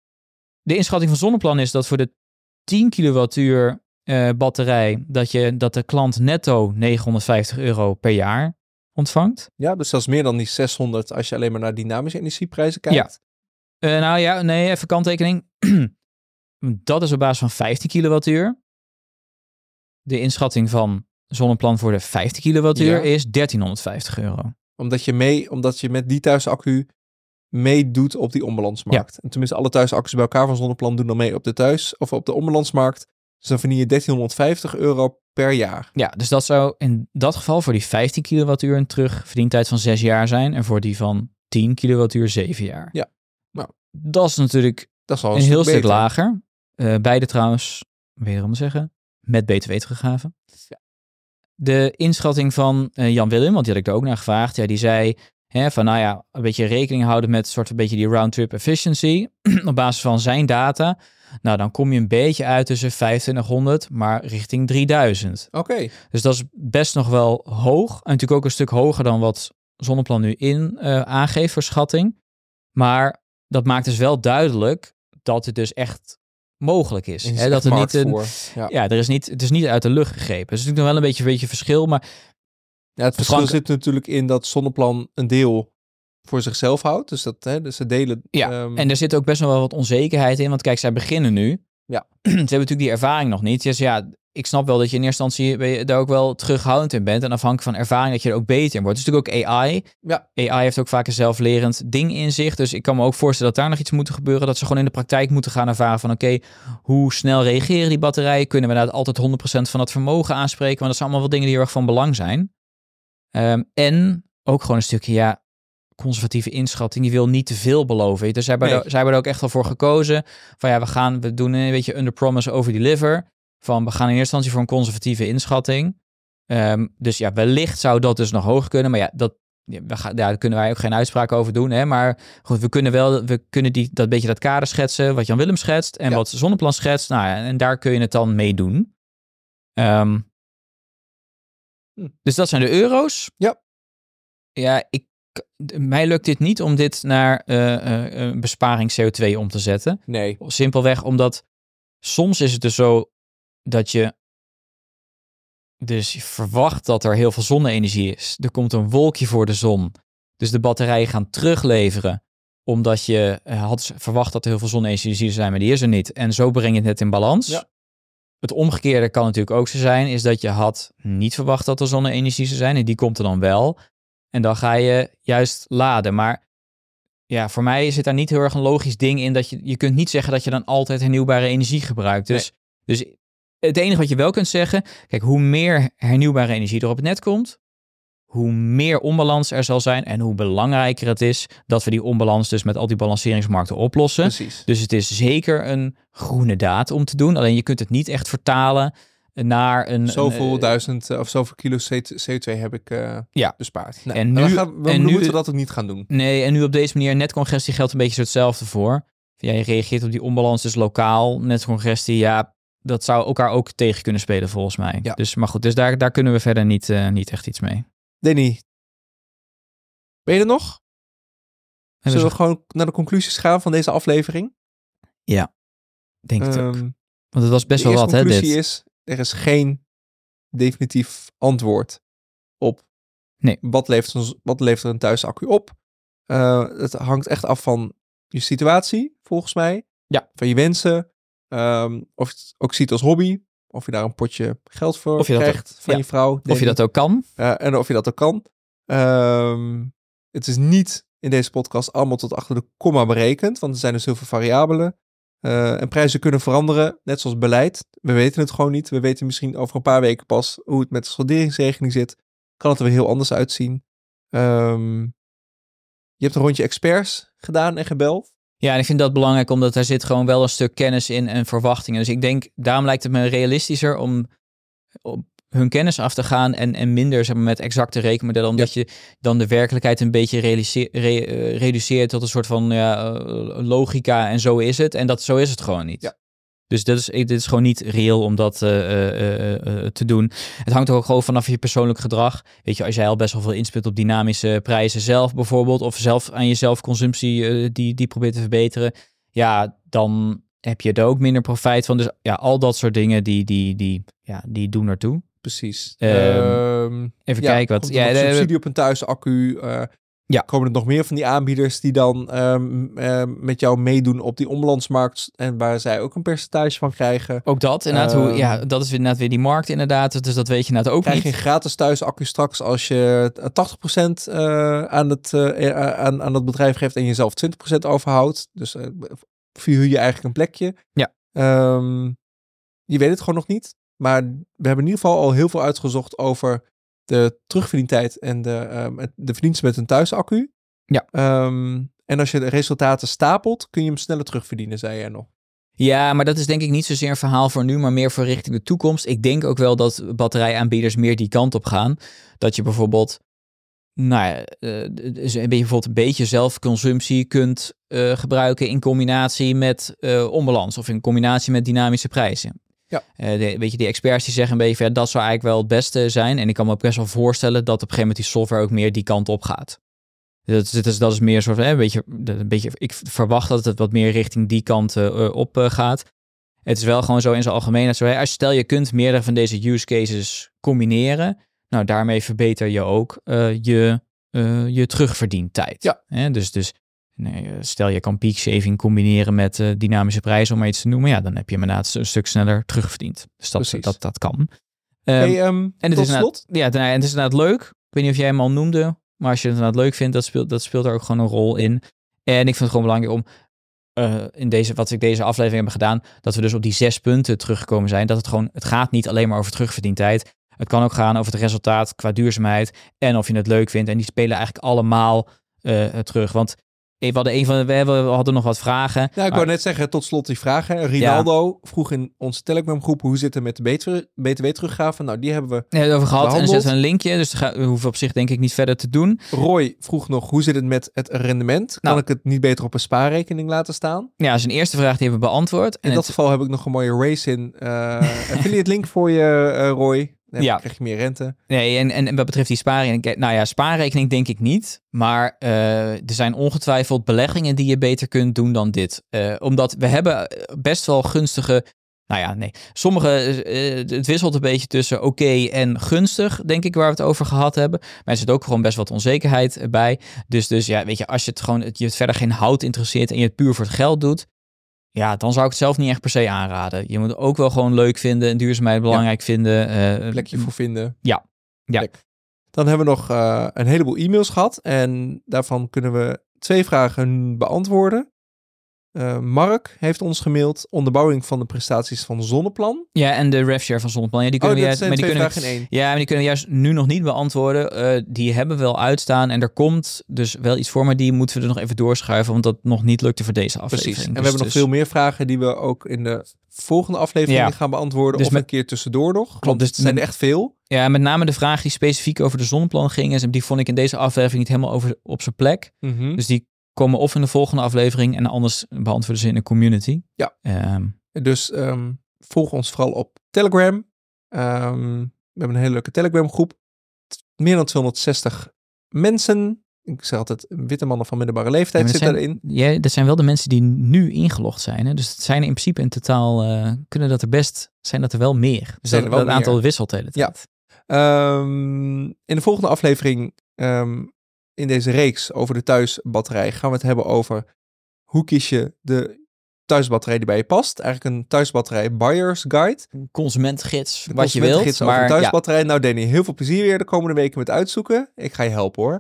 De inschatting van Zonneplan is dat voor de 10 kilowattuur batterij, dat de klant netto €950 per jaar ontvangt. Ja, dus dat is meer dan die 600 als je alleen maar naar dynamische energieprijzen kijkt. Ja. Even kanttekening. Dat is op basis van 15 kilowattuur. De inschatting van Zonneplan voor de 15 kilowattuur is €1350. Omdat je met die thuisaccu meedoet op die onbalansmarkt. Ja. En tenminste, alle thuisaccu's bij elkaar van Zonneplan doen dan mee op de onbalansmarkt. Dus dan verdien je €1350 per jaar. Ja, dus dat zou in dat geval voor die 15 kilowattuur een terugverdientijd van 6 jaar zijn. En voor die van 10 kilowattuur 7 jaar. Ja. Nou, dat is natuurlijk een heel stuk lager. Beide trouwens, wederom te zeggen, met btw teruggaven. Ja. De inschatting van Jan Willem, want die had ik er ook naar gevraagd. Ja, die zei van een beetje rekening houden met een beetje die round-trip efficiency. Op basis van zijn data. Nou, dan kom je een beetje uit tussen 2500, maar richting 3000. Oké. Dus dat is best nog wel hoog. En natuurlijk ook een stuk hoger dan wat Zonneplan nu aangeeft voor schatting. Maar dat maakt dus wel duidelijk dat het dus echt mogelijk is. Dat het niet het is niet uit de lucht gegrepen. Dus het is natuurlijk nog wel een beetje verschil, maar het verschil zit natuurlijk in dat Zonneplan een deel voor zichzelf houdt. Dus dus ze delen. Ja, en er zit ook best nog wel wat onzekerheid in. Want kijk, zij beginnen nu. Ja. Ze hebben natuurlijk die ervaring nog niet. Dus ik snap wel dat je in eerste instantie daar ook wel terughoudend in bent. En afhankelijk van ervaring dat je er ook beter in wordt. Het is natuurlijk ook AI. Ja. AI heeft ook vaak een zelflerend ding in zich. Dus ik kan me ook voorstellen dat daar nog iets moet gebeuren. Dat ze gewoon in de praktijk moeten gaan ervaren van oké, hoe snel reageren die batterijen? Kunnen we nou altijd 100% van het vermogen aanspreken? Want dat zijn allemaal wel dingen die heel erg van belang zijn. En ook gewoon een stukje, conservatieve inschatting. Die wil niet te veel beloven. Dus zij hebben er ook echt wel voor gekozen. Van we doen een beetje under promise over deliver. Van we gaan in eerste instantie voor een conservatieve inschatting. Dus wellicht zou dat dus nog hoger kunnen. Maar daar kunnen wij ook geen uitspraak over doen. Hè? Maar goed, we kunnen dat kader schetsen. Wat Jan Willem schetst. En wat Zonneplan schetst. Nou ja, en daar kun je het dan mee doen. Dus dat zijn de euro's. Ja. Ja, mij lukt dit niet om dit naar besparing CO2 om te zetten. Nee. Simpelweg omdat soms is het dus zo dat je verwacht dat er heel veel zonne-energie is. Er komt een wolkje voor de zon. Dus de batterijen gaan terugleveren. Omdat je had verwacht dat er heel veel zonne-energie zou zijn, maar die is er niet. En zo breng je het net in balans. Ja. Het omgekeerde kan natuurlijk ook zo zijn, is dat je had niet verwacht dat er zonne-energie zou zijn. En die komt er dan wel. En dan ga je juist laden. Maar ja, voor mij zit daar niet heel erg een logisch ding in dat je kunt niet zeggen dat je dan altijd hernieuwbare energie gebruikt. Dus het enige wat je wel kunt zeggen, kijk, hoe meer hernieuwbare energie er op het net komt, hoe meer onbalans er zal zijn en hoe belangrijker het is dat we die onbalans dus met al die balanceringsmarkten oplossen. Precies. Dus het is zeker een groene daad om te doen. Alleen je kunt het niet echt vertalen naar een... Zoveel duizend of zoveel kilo CO2 heb ik bespaard. Nou, en nu moeten we dat ook niet gaan doen. Nee, en nu op deze manier, netcongestie geldt een beetje zo hetzelfde voor. Ja, je reageert op die onbalans dus lokaal. Netcongestie, dat zou elkaar ook tegen kunnen spelen volgens mij. Ja. Dus, maar goed, dus daar kunnen we verder niet echt iets mee. Danny, ben je er nog? Zullen we gewoon naar de conclusies gaan van deze aflevering? Ja, denk het ook. Want het was best wel wat, hè, dit. De conclusie is, er is geen definitief antwoord op wat levert er een thuisaccu op. Het hangt echt af van je situatie, volgens mij. Ja. Van je wensen. Of je het ook ziet als hobby. Of je daar een potje geld voor krijgt van je vrouw. Danny. Of je dat ook kan. En of je dat ook kan. Het is niet in deze podcast allemaal tot achter de komma berekend. Want er zijn dus heel veel variabelen. En prijzen kunnen veranderen, net zoals beleid. We weten het gewoon niet. We weten misschien over een paar weken pas hoe het met de schalderingsregeling zit. Kan het er weer heel anders uitzien. Je hebt een rondje experts gedaan en gebeld. Ja, en ik vind dat belangrijk, omdat daar zit gewoon wel een stuk kennis in en verwachtingen. Dus ik denk, daarom lijkt het me realistischer om op hun kennis af te gaan en minder zeg maar, met exacte rekenmodellen. Omdat je dan de werkelijkheid een beetje reduceert tot een soort van logica en zo is het. En zo is het gewoon niet. Ja. Dus dit is gewoon niet reëel om dat te doen. Het hangt ook gewoon vanaf je persoonlijk gedrag. Weet je, als jij al best wel veel inspeelt op dynamische prijzen zelf bijvoorbeeld, of zelf aan je zelfconsumptie die probeert te verbeteren, ja, dan heb je er ook minder profijt van. Dus ja, al dat soort dingen die doen ertoe. Precies. Even kijken wat. Ja, subsidie op een thuisaccu. Komen er nog meer van die aanbieders die dan met jou meedoen op die onbalansmarkt en waar zij ook een percentage van krijgen. Ook dat, inderdaad. Dat is inderdaad weer die markt inderdaad. Dus dat weet je inderdaad ook niet. Krijg je een gratis thuisaccu straks als je 80% aan het bedrijf geeft en jezelf 20% overhoudt. Dus verhuur je eigenlijk een plekje. Ja. Je weet het gewoon nog niet. Maar we hebben in ieder geval al heel veel uitgezocht over de terugverdientijd en de verdiensten met een thuisaccu. Ja. En als je de resultaten stapelt, kun je hem sneller terugverdienen, zei jij nog. Ja, maar dat is denk ik niet zozeer een verhaal voor nu, maar meer voor richting de toekomst. Ik denk ook wel dat batterijaanbieders meer die kant op gaan. Dat je bijvoorbeeld, bijvoorbeeld een beetje zelfconsumptie kunt gebruiken in combinatie met onbalans of in combinatie met dynamische prijzen. Ja. Weet je, die experts die zeggen een beetje, dat zou eigenlijk wel het beste zijn. En ik kan me best wel voorstellen dat op een gegeven moment die software ook meer die kant op gaat. Dat is meer een soort, een beetje, ik verwacht dat het wat meer richting die kant op gaat. Het is wel gewoon zo in zijn algemeenheid. Als stel je kunt meerdere van deze use cases combineren. Nou, daarmee verbeter je ook je terugverdientijd. Ja. Dus stel je kan peak shaving combineren met dynamische prijzen, om maar iets te noemen. Ja, dan heb je inderdaad een stuk sneller terugverdiend. Dus dat kan. En het is slot? En het is inderdaad leuk. Ik weet niet of jij hem al noemde, maar als je het inderdaad leuk vindt, dat speelt er ook gewoon een rol in. En ik vind het gewoon belangrijk om wat ik deze aflevering heb gedaan, dat we dus op die 6 punten teruggekomen zijn. Dat het gaat niet alleen maar over terugverdientijd. Het kan ook gaan over het resultaat qua duurzaamheid en of je het leuk vindt. En die spelen eigenlijk allemaal terug. Want we hadden nog wat vragen. Ja, ik wou net zeggen, tot slot die vragen. Rinaldo vroeg in onze Telegram groep, hoe zit het met de BTW-teruggave? Nou, die hebben we over gehad. behandeld. En er zit een linkje, dus we hoeven op zich denk ik niet verder te doen. Roy vroeg nog, hoe zit het met het rendement? Kan ik het niet beter op een spaarrekening laten staan? Ja, zijn eerste vraag die hebben we beantwoord. In dat geval heb ik nog een mooie Raisin affiliate link voor je, Roy. Dan krijg je meer rente. Nee, en wat betreft die spaarrekening... Nou ja, spaarrekening denk ik niet. Maar er zijn ongetwijfeld beleggingen die je beter kunt doen dan dit. Omdat we hebben best wel gunstige... Nou ja, nee. Sommige... het wisselt een beetje tussen oké en gunstig, denk ik, waar we het over gehad hebben. Maar er zit ook gewoon best wat onzekerheid bij. Dus ja, weet je, als je het verder geen hout interesseert en je het puur voor het geld doet... Ja, dan zou ik het zelf niet echt per se aanraden. Je moet het ook wel gewoon leuk vinden en duurzaamheid belangrijk vinden. Een plekje voor vinden. Ja. Dan hebben we nog een heleboel e-mails gehad. En daarvan kunnen we 2 vragen beantwoorden. Mark heeft ons gemaild. Onderbouwing van de prestaties van Zonneplan. Ja, en de RevShare van Zonneplan. Ja, die kunnen dat zijn 2 vragen in 1. Ja, maar die kunnen we juist nu nog niet beantwoorden. Die hebben wel uitstaan. En er komt dus wel iets voor. Maar die moeten we er nog even doorschuiven. Want dat nog niet lukte voor deze aflevering. Precies. En we hebben nog veel meer vragen die we ook in de volgende aflevering gaan beantwoorden. Dus of een keer tussendoor nog. Klopt. Dus het zijn er echt veel. Ja, met name de vraag die specifiek over de Zonneplan ging. Die vond ik in deze aflevering niet helemaal op zijn plek. Mm-hmm. Dus die komen of in de volgende aflevering en anders beantwoorden ze in de community. Ja. Dus volg ons vooral op Telegram. We hebben een hele leuke Telegram groep. Meer dan 260 mensen. Ik zeg altijd, witte mannen van middelbare leeftijd zitten daarin. Ja, dat zijn wel de mensen die nu ingelogd zijn. Hè? Dus het zijn in principe in totaal, zijn dat er wel meer. Dus dat aantal wisselt de hele tijd. Ja. In de volgende aflevering... in deze reeks over de thuisbatterij gaan we het hebben over hoe kies je de thuisbatterij die bij je past. Eigenlijk een thuisbatterij buyer's guide. Consumentengids, wat je wilt. Maar over thuisbatterij. Nou Danny, heel veel plezier weer de komende weken met uitzoeken. Ik ga je helpen hoor.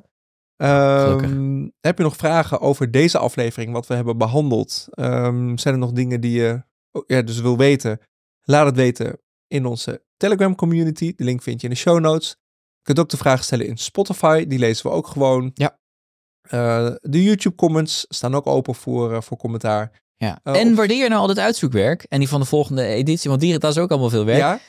Heb je nog vragen over deze aflevering, wat we hebben behandeld? Zijn er nog dingen die je dus wil weten? Laat het weten in onze Telegram community. De link vind je in de show notes. Je kunt ook de vraag stellen in Spotify. Die lezen we ook gewoon. Ja. De YouTube comments staan ook open voor commentaar. Ja. En waardeer nou al dit uitzoekwerk. En die van de volgende editie. Want dat is ook allemaal veel werk. Ja.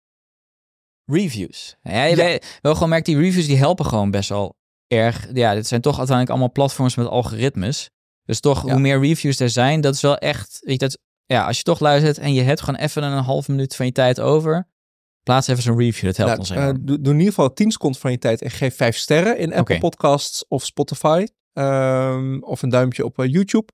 Reviews. Wel gewoon merkt, die reviews die helpen gewoon best wel erg. Ja, dit zijn toch uiteindelijk allemaal platforms met algoritmes. Dus toch, hoe meer reviews er zijn, dat is wel echt... Weet je, als je toch luistert en je hebt gewoon even een half minuut van je tijd over... Plaats even zo'n review, dat helpt ons enorm. Doe in ieder geval 10 seconden van je tijd en geef 5 sterren in Apple Podcasts of Spotify. Of een duimpje op YouTube.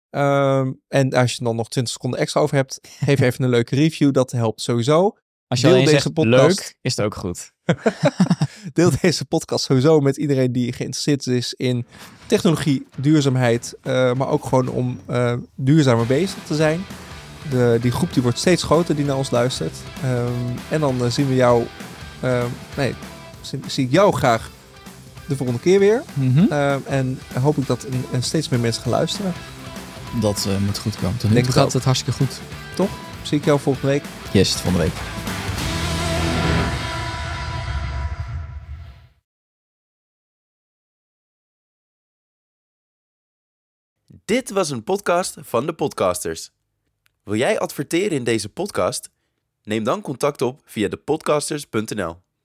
En als je dan nog 20 seconden extra over hebt, geef even een leuke review. Dat helpt sowieso. Als je alleen zegt leuk, is het ook goed. Deel deze podcast sowieso met iedereen die geïnteresseerd is in technologie, duurzaamheid. Maar ook gewoon om duurzamer bezig te zijn. Die groep die wordt steeds groter die naar ons luistert. En dan zien we jou... zie ik jou graag de volgende keer weer. Mm-hmm. En hoop ik dat steeds meer mensen gaan luisteren. Dat moet goed komen. Tot nu toe gaat het hartstikke goed. Toch? Zie ik jou volgende week. Yes, volgende week. Dit was een podcast van de Podcasters. Wil jij adverteren in deze podcast? Neem dan contact op via depodcasters.nl.